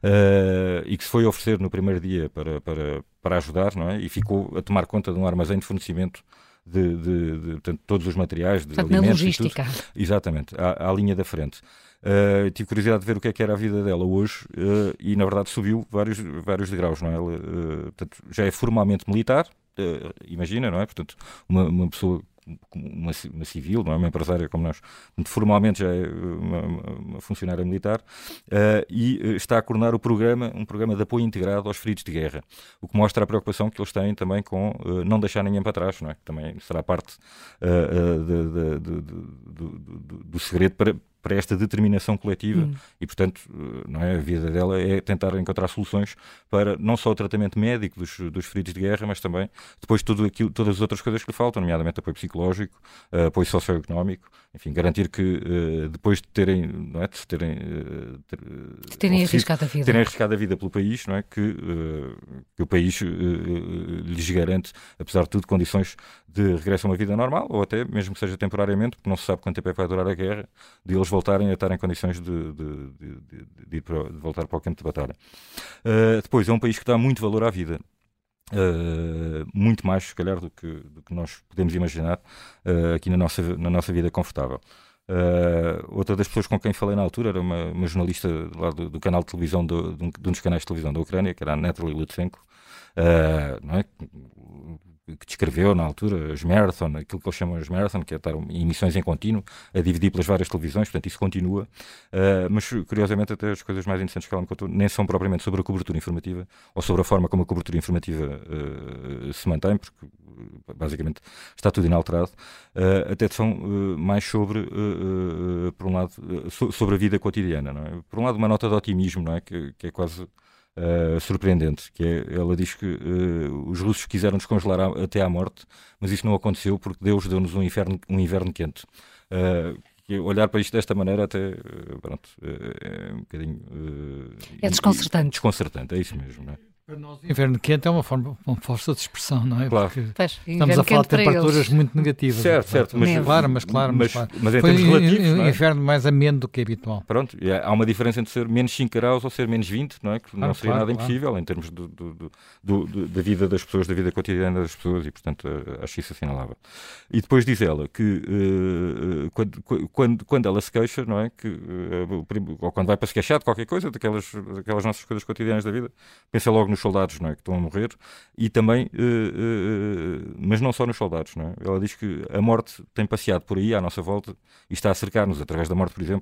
uh, e que se foi oferecer no primeiro dia para, para, para ajudar, não é? E ficou a tomar conta de um armazém de fornecimento de, de, de, de todos os materiais, de portanto, alimentos na logística. E tudo. Exatamente, à, à linha da frente. Uh, tive curiosidade de ver o que é que era a vida dela hoje uh, e na verdade subiu vários, vários degraus, não é? Ela, uh, portanto, já é formalmente militar, uh, imagina, não é? Portanto, uma, uma pessoa, uma, uma civil, não é? Uma empresária como nós, portanto, formalmente já é uma, uma funcionária militar uh, e uh, está a coordenar o programa, um programa de apoio integrado aos feridos de guerra, o que mostra a preocupação que eles têm também com uh, não deixar ninguém para trás, não é? Que também será parte uh, uh, de, de, de, de, de, do segredo para para esta determinação coletiva hum. e, portanto, não é, a vida dela é tentar encontrar soluções para não só o tratamento médico dos, dos feridos de guerra, mas também depois tudo aquilo, todas as outras coisas que lhe faltam, nomeadamente apoio psicológico, uh, apoio socioeconómico, enfim, garantir que uh, depois de terem, não é, de terem, uh, ter, de terem arriscado a vida, terem arriscado a vida pelo país, não é, que, uh, que o país uh, lhes garante, apesar de tudo, condições de regresso a uma vida normal, ou até mesmo que seja temporariamente, porque não se sabe quanto tempo é que vai durar a guerra, de eles voltarem a estar em condições de, de, de, de, de, ir para, de voltar para o campo de batalha. Uh, depois, é um país que dá muito valor à vida. Uh, muito mais, se calhar, do que, do que nós podemos imaginar uh, aqui na nossa, na nossa vida confortável. Uh, outra das pessoas com quem falei na altura era uma, uma jornalista lá do, do canal de televisão, do, de, um, de um dos canais de televisão da Ucrânia, que era a Natalie Lutsenko, uh, não é? que descreveu na altura as marathon, aquilo que eles chamam as marathon, que é estar em emissões em contínuo, a dividir pelas várias televisões, portanto isso continua, uh, mas curiosamente até as coisas mais interessantes que ela me contou nem são propriamente sobre a cobertura informativa ou sobre a forma como a cobertura informativa uh, se mantém, porque basicamente está tudo inalterado, uh, até são uh, mais sobre, uh, uh, por um lado, uh, so, sobre a vida cotidiana, não é? Por um lado uma nota de otimismo, não é? Que, que é quase Uh, surpreendente, que é, ela diz que uh, os russos quiseram descongelar a, até à morte, mas isso não aconteceu porque Deus deu-nos um inverno, um inverno quente. Uh, que olhar para isto desta maneira até uh, pronto, uh, é um bocadinho uh, é desconcertante. Desconcertante, é isso mesmo, não é? Para nós, o inverno quente é uma, forma, uma força de expressão, não é? Claro. Pois, estamos a falar de temperaturas muito negativas. Certo, certo. Mas, claro, mas claro. Mas, mas, mas em foi termos relativos, um não é? inverno mais ameno do que habitual. Pronto, há uma diferença entre ser menos cinco graus ou ser menos vinte, não é? Que claro, não seria claro, nada claro. impossível em termos do, do, do, do, do, da vida das pessoas, da vida cotidiana das pessoas e, portanto, acho isso assinalável. E depois diz ela que uh, quando, quando, quando ela se queixa, não é? Que, uh, ou quando vai para se queixar de qualquer coisa, daquelas, daquelas nossas coisas cotidianas da vida, pensa logo nos soldados, não é? Que estão a morrer. E também, uh, uh, mas não só nos soldados, não é? Ela diz que a morte tem passeado por aí à nossa volta e está a cercar-nos, através da morte, por exemplo,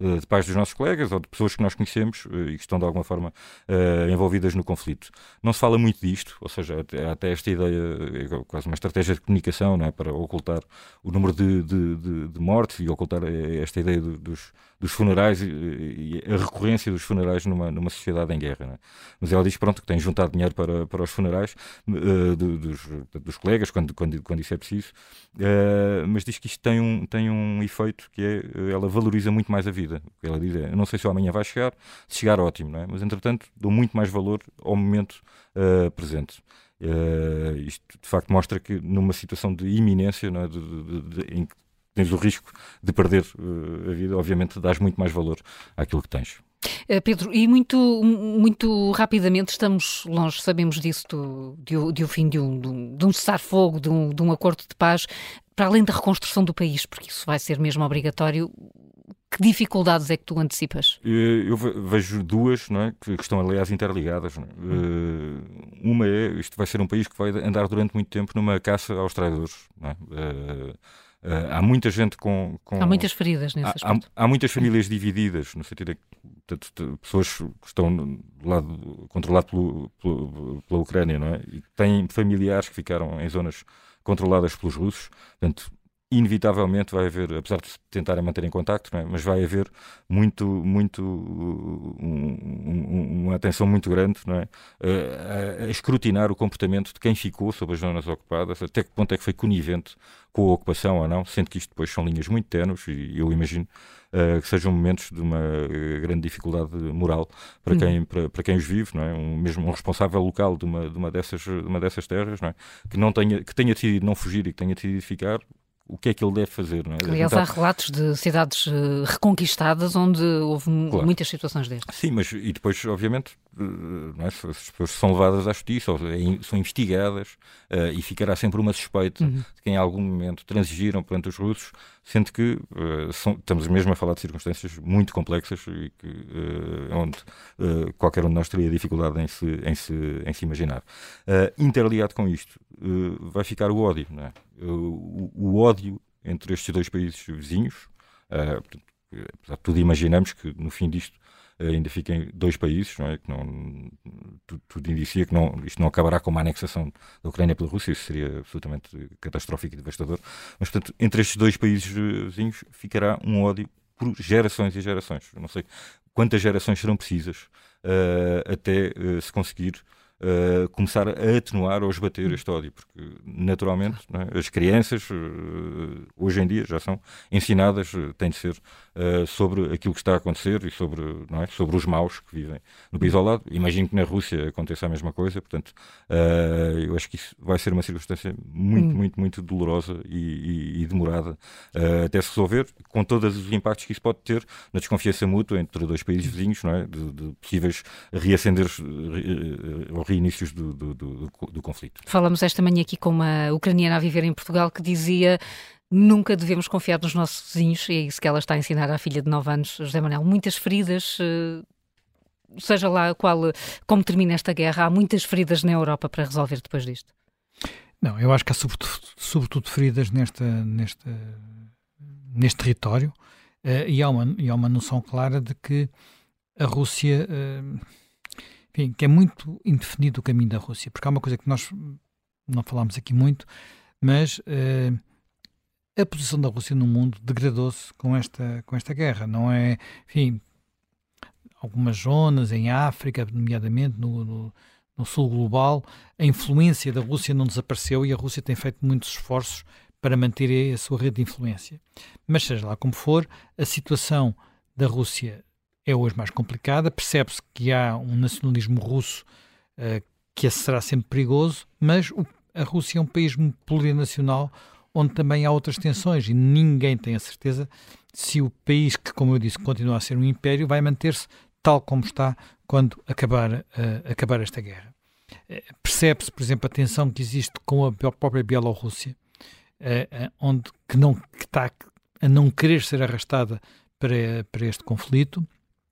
de pais dos nossos colegas ou de pessoas que nós conhecemos e que estão de alguma forma uh, envolvidas no conflito. Não se fala muito disto, ou seja, até, até esta ideia, é quase uma estratégia de comunicação, não é? Para ocultar o número de, de, de, de mortes e ocultar esta ideia de, dos, dos funerais e, e a recorrência dos funerais numa, numa sociedade em guerra. Não é? Mas ela diz, pronto, que tem juntado dinheiro para, para os funerais uh, de, dos, dos colegas, quando, quando, quando isso é preciso, uh, mas diz que isto tem um, tem um efeito que é, ela valoriza muito mais a vida. O que ela diz é, eu não sei se o amanhã vai chegar, se chegar ótimo, não é? Mas entretanto dou muito mais valor ao momento uh, presente. Uh, isto de facto mostra que numa situação de iminência, não é? de, de, de, em que tens o risco de perder uh, a vida, obviamente dás muito mais valor àquilo que tens. Pedro, e muito, muito rapidamente, estamos longe, sabemos disso, do, de, de um fim de um, de um, de um cessar-fogo, de um, de um acordo de paz, para além da reconstrução do país, porque isso vai ser mesmo obrigatório. Que dificuldades é que tu antecipas? Eu vejo duas, não é, que estão aliás interligadas. Não é? Uma é, isto vai ser um país que vai andar durante muito tempo numa caça aos traidores. Não é? Uh, há muita gente com, com... Há muitas feridas nesse aspecto. Há, há muitas famílias divididas, no sentido de que pessoas que estão do lado, controlado pelo, pelo, pela Ucrânia, não é? E têm familiares que ficaram em zonas controladas pelos russos. Portanto, inevitavelmente vai haver, apesar de tentarem manter em contacto, não é? Mas vai haver muito, muito um, um, uma atenção muito grande, não é? A, a escrutinar o comportamento de quem ficou sob as zonas ocupadas, até que ponto é que foi conivente com a ocupação ou não, sendo que isto depois são linhas muito ténues e eu imagino uh, que sejam momentos de uma grande dificuldade moral para quem, hum. para, para quem os vive, não é? Um, mesmo um responsável local de uma, de uma, dessas, de uma dessas terras, não é? que, não tenha, que tenha decidido não fugir e que tenha decidido ficar, o que é que ele deve fazer? Não é? Aliás, há relatos de cidades uh, reconquistadas onde houve claro. muitas situações destas. Sim, mas e depois, obviamente, uh, não é? As pessoas são levadas à justiça, ou são investigadas uh, e ficará sempre uma suspeita uhum. de que em algum momento transigiram perante os russos, sendo que uh, são, estamos mesmo a falar de circunstâncias muito complexas e que, uh, onde uh, qualquer um de nós teria dificuldade em se, em se, em se imaginar. Uh, interligado com isto, uh, vai ficar o ódio, não é? O, o ódio entre estes dois países vizinhos, uh, apesar de tudo imaginamos que no fim disto uh, ainda fiquem dois países, não é? Que não, tudo, tudo indicia que não, isto não acabará com uma anexação da Ucrânia pela Rússia, isso seria absolutamente catastrófico e devastador, mas portanto entre estes dois países vizinhos ficará um ódio por gerações e gerações. Eu não sei quantas gerações serão precisas uh, até uh, se conseguir Uh, começar a atenuar ou esbater este ódio, porque naturalmente não é? As crianças uh, hoje em dia já são ensinadas, uh, têm de ser uh, sobre aquilo que está a acontecer e sobre, não é? sobre os maus que vivem no país ao lado. Imagino que na Rússia aconteça a mesma coisa, portanto uh, eu acho que isso vai ser uma circunstância muito, hum. muito, muito dolorosa e, e, e demorada uh, até se resolver, com todos os impactos que isso pode ter na desconfiança mútua entre dois países vizinhos, não é? de, de possíveis reacenderes ou uh, inícios do, do, do, do conflito. Falamos esta manhã aqui com uma ucraniana a viver em Portugal que dizia: nunca devemos confiar nos nossos vizinhos, e é isso que ela está a ensinar à filha de nove anos, José Manuel. Muitas feridas, seja lá qual, como termina esta guerra, há muitas feridas na Europa para resolver depois disto. Não, eu acho que há sobretudo, sobretudo feridas nesta, nesta, neste território uh, e, há uma, e há uma noção clara de que a Rússia... Uh, Enfim, que é muito indefinido o caminho da Rússia, porque há uma coisa que nós não falámos aqui muito, mas uh, a posição da Rússia no mundo degradou-se com esta, com esta guerra, não é? Enfim, algumas zonas em África, nomeadamente no, no, no sul global, a influência da Rússia não desapareceu e a Rússia tem feito muitos esforços para manter a sua rede de influência. Mas seja lá como for, a situação da Rússia é hoje mais complicada, percebe-se que há um nacionalismo russo uh, que será sempre perigoso, mas o, a Rússia é um país plurinacional onde também há outras tensões e ninguém tem a certeza se o país que, como eu disse, continua a ser um império, vai manter-se tal como está quando acabar, uh, acabar esta guerra. Uh, percebe-se, por exemplo, a tensão que existe com a própria Bielorrússia, uh, uh, onde, que, não, que está a não querer ser arrastada para, para este conflito.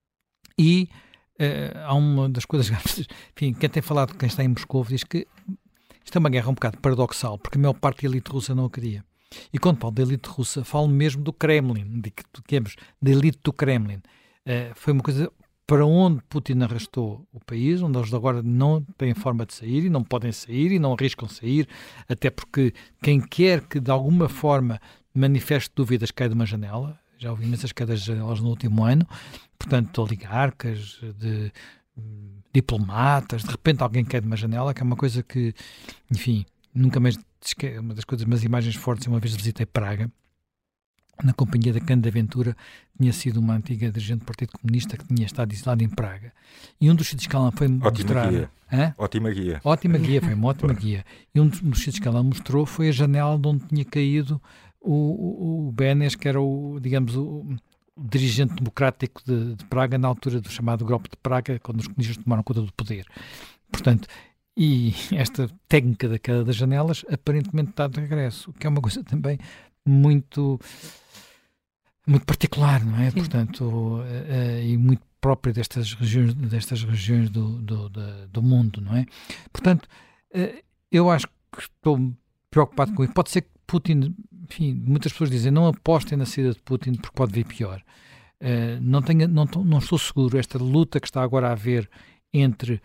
E uh, há uma das coisas, enfim, quem tem falado, quem está em Moscou, diz que isto é uma guerra um bocado paradoxal, porque a maior parte da elite russa não a queria. E quando falo da elite russa, falo mesmo do Kremlin, de, digamos, da elite do Kremlin. Uh, foi uma coisa para onde Putin arrastou o país, onde eles agora não têm forma de sair e não podem sair e não arriscam sair, até porque quem quer que de alguma forma manifeste dúvidas cai de uma janela. Já ouvi imensas quedas de janelas no último ano, portanto, de oligarcas, de hum, diplomatas, de repente alguém cai de uma janela, que é uma coisa que, enfim, nunca mais, uma das coisas, umas imagens fortes, uma vez visitei Praga, na companhia da Cândido Ventura, tinha sido uma antiga dirigente do Partido Comunista que tinha estado exilada em Praga. E um dos sítios que ela foi ótima mostrar... Guia. Hã? Ótima guia. Ótima guia, foi uma ótima guia. E um dos, dos sítios que ela mostrou foi a janela de onde tinha caído o, o, o Benes, que era o, digamos, o, o dirigente democrático de, de Praga, na altura do chamado golpe de Praga, quando os comunistas tomaram conta do poder. Portanto, e esta técnica da queda das janelas aparentemente está de regresso, que é uma coisa também muito... muito particular, não é? Sim. Portanto, uh, uh, e muito própria destas regiões, destas regiões do, do, do, do mundo, não é? Portanto, uh, eu acho que estou preocupado com isso. Pode ser que Putin, enfim, muitas pessoas dizem, não apostem na saída de Putin porque pode vir pior. Uh, não, tenho, não, não estou seguro. Esta luta que está agora a haver entre,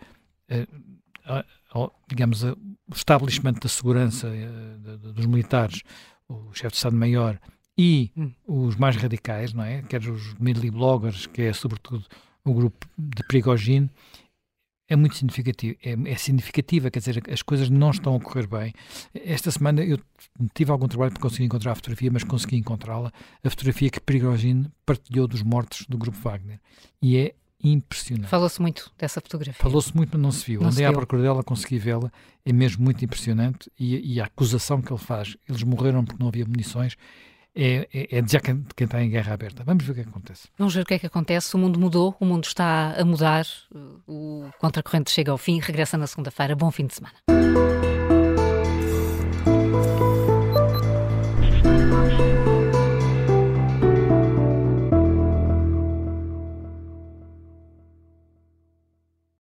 uh, uh, digamos, uh, o estabelecimento da segurança uh, de, de, dos militares, o chefe de Estado-Maior, e hum. os mais radicais, não é? Quer os melee bloggers, que é sobretudo o grupo de Prigozhin, é muito significativo, é, é significativa, quer dizer, as coisas não estão a correr bem. Esta semana eu tive algum trabalho para conseguir encontrar a fotografia, mas consegui encontrá-la, a fotografia que Prigozhin partilhou dos mortos do grupo Wagner, e é impressionante. Falou-se muito dessa fotografia. Falou-se muito, mas não se viu. Não Andei se à viu. procura dela, consegui vê-la, é mesmo muito impressionante, e, e a acusação que ele faz, eles morreram porque não havia munições, É, é, é de já quem, quem está em guerra aberta. Vamos ver o que é que acontece. Vamos ver o que é que acontece. O mundo mudou, o mundo está a mudar. O Contracorrente chega ao fim, regressa na segunda-feira. Bom fim de semana.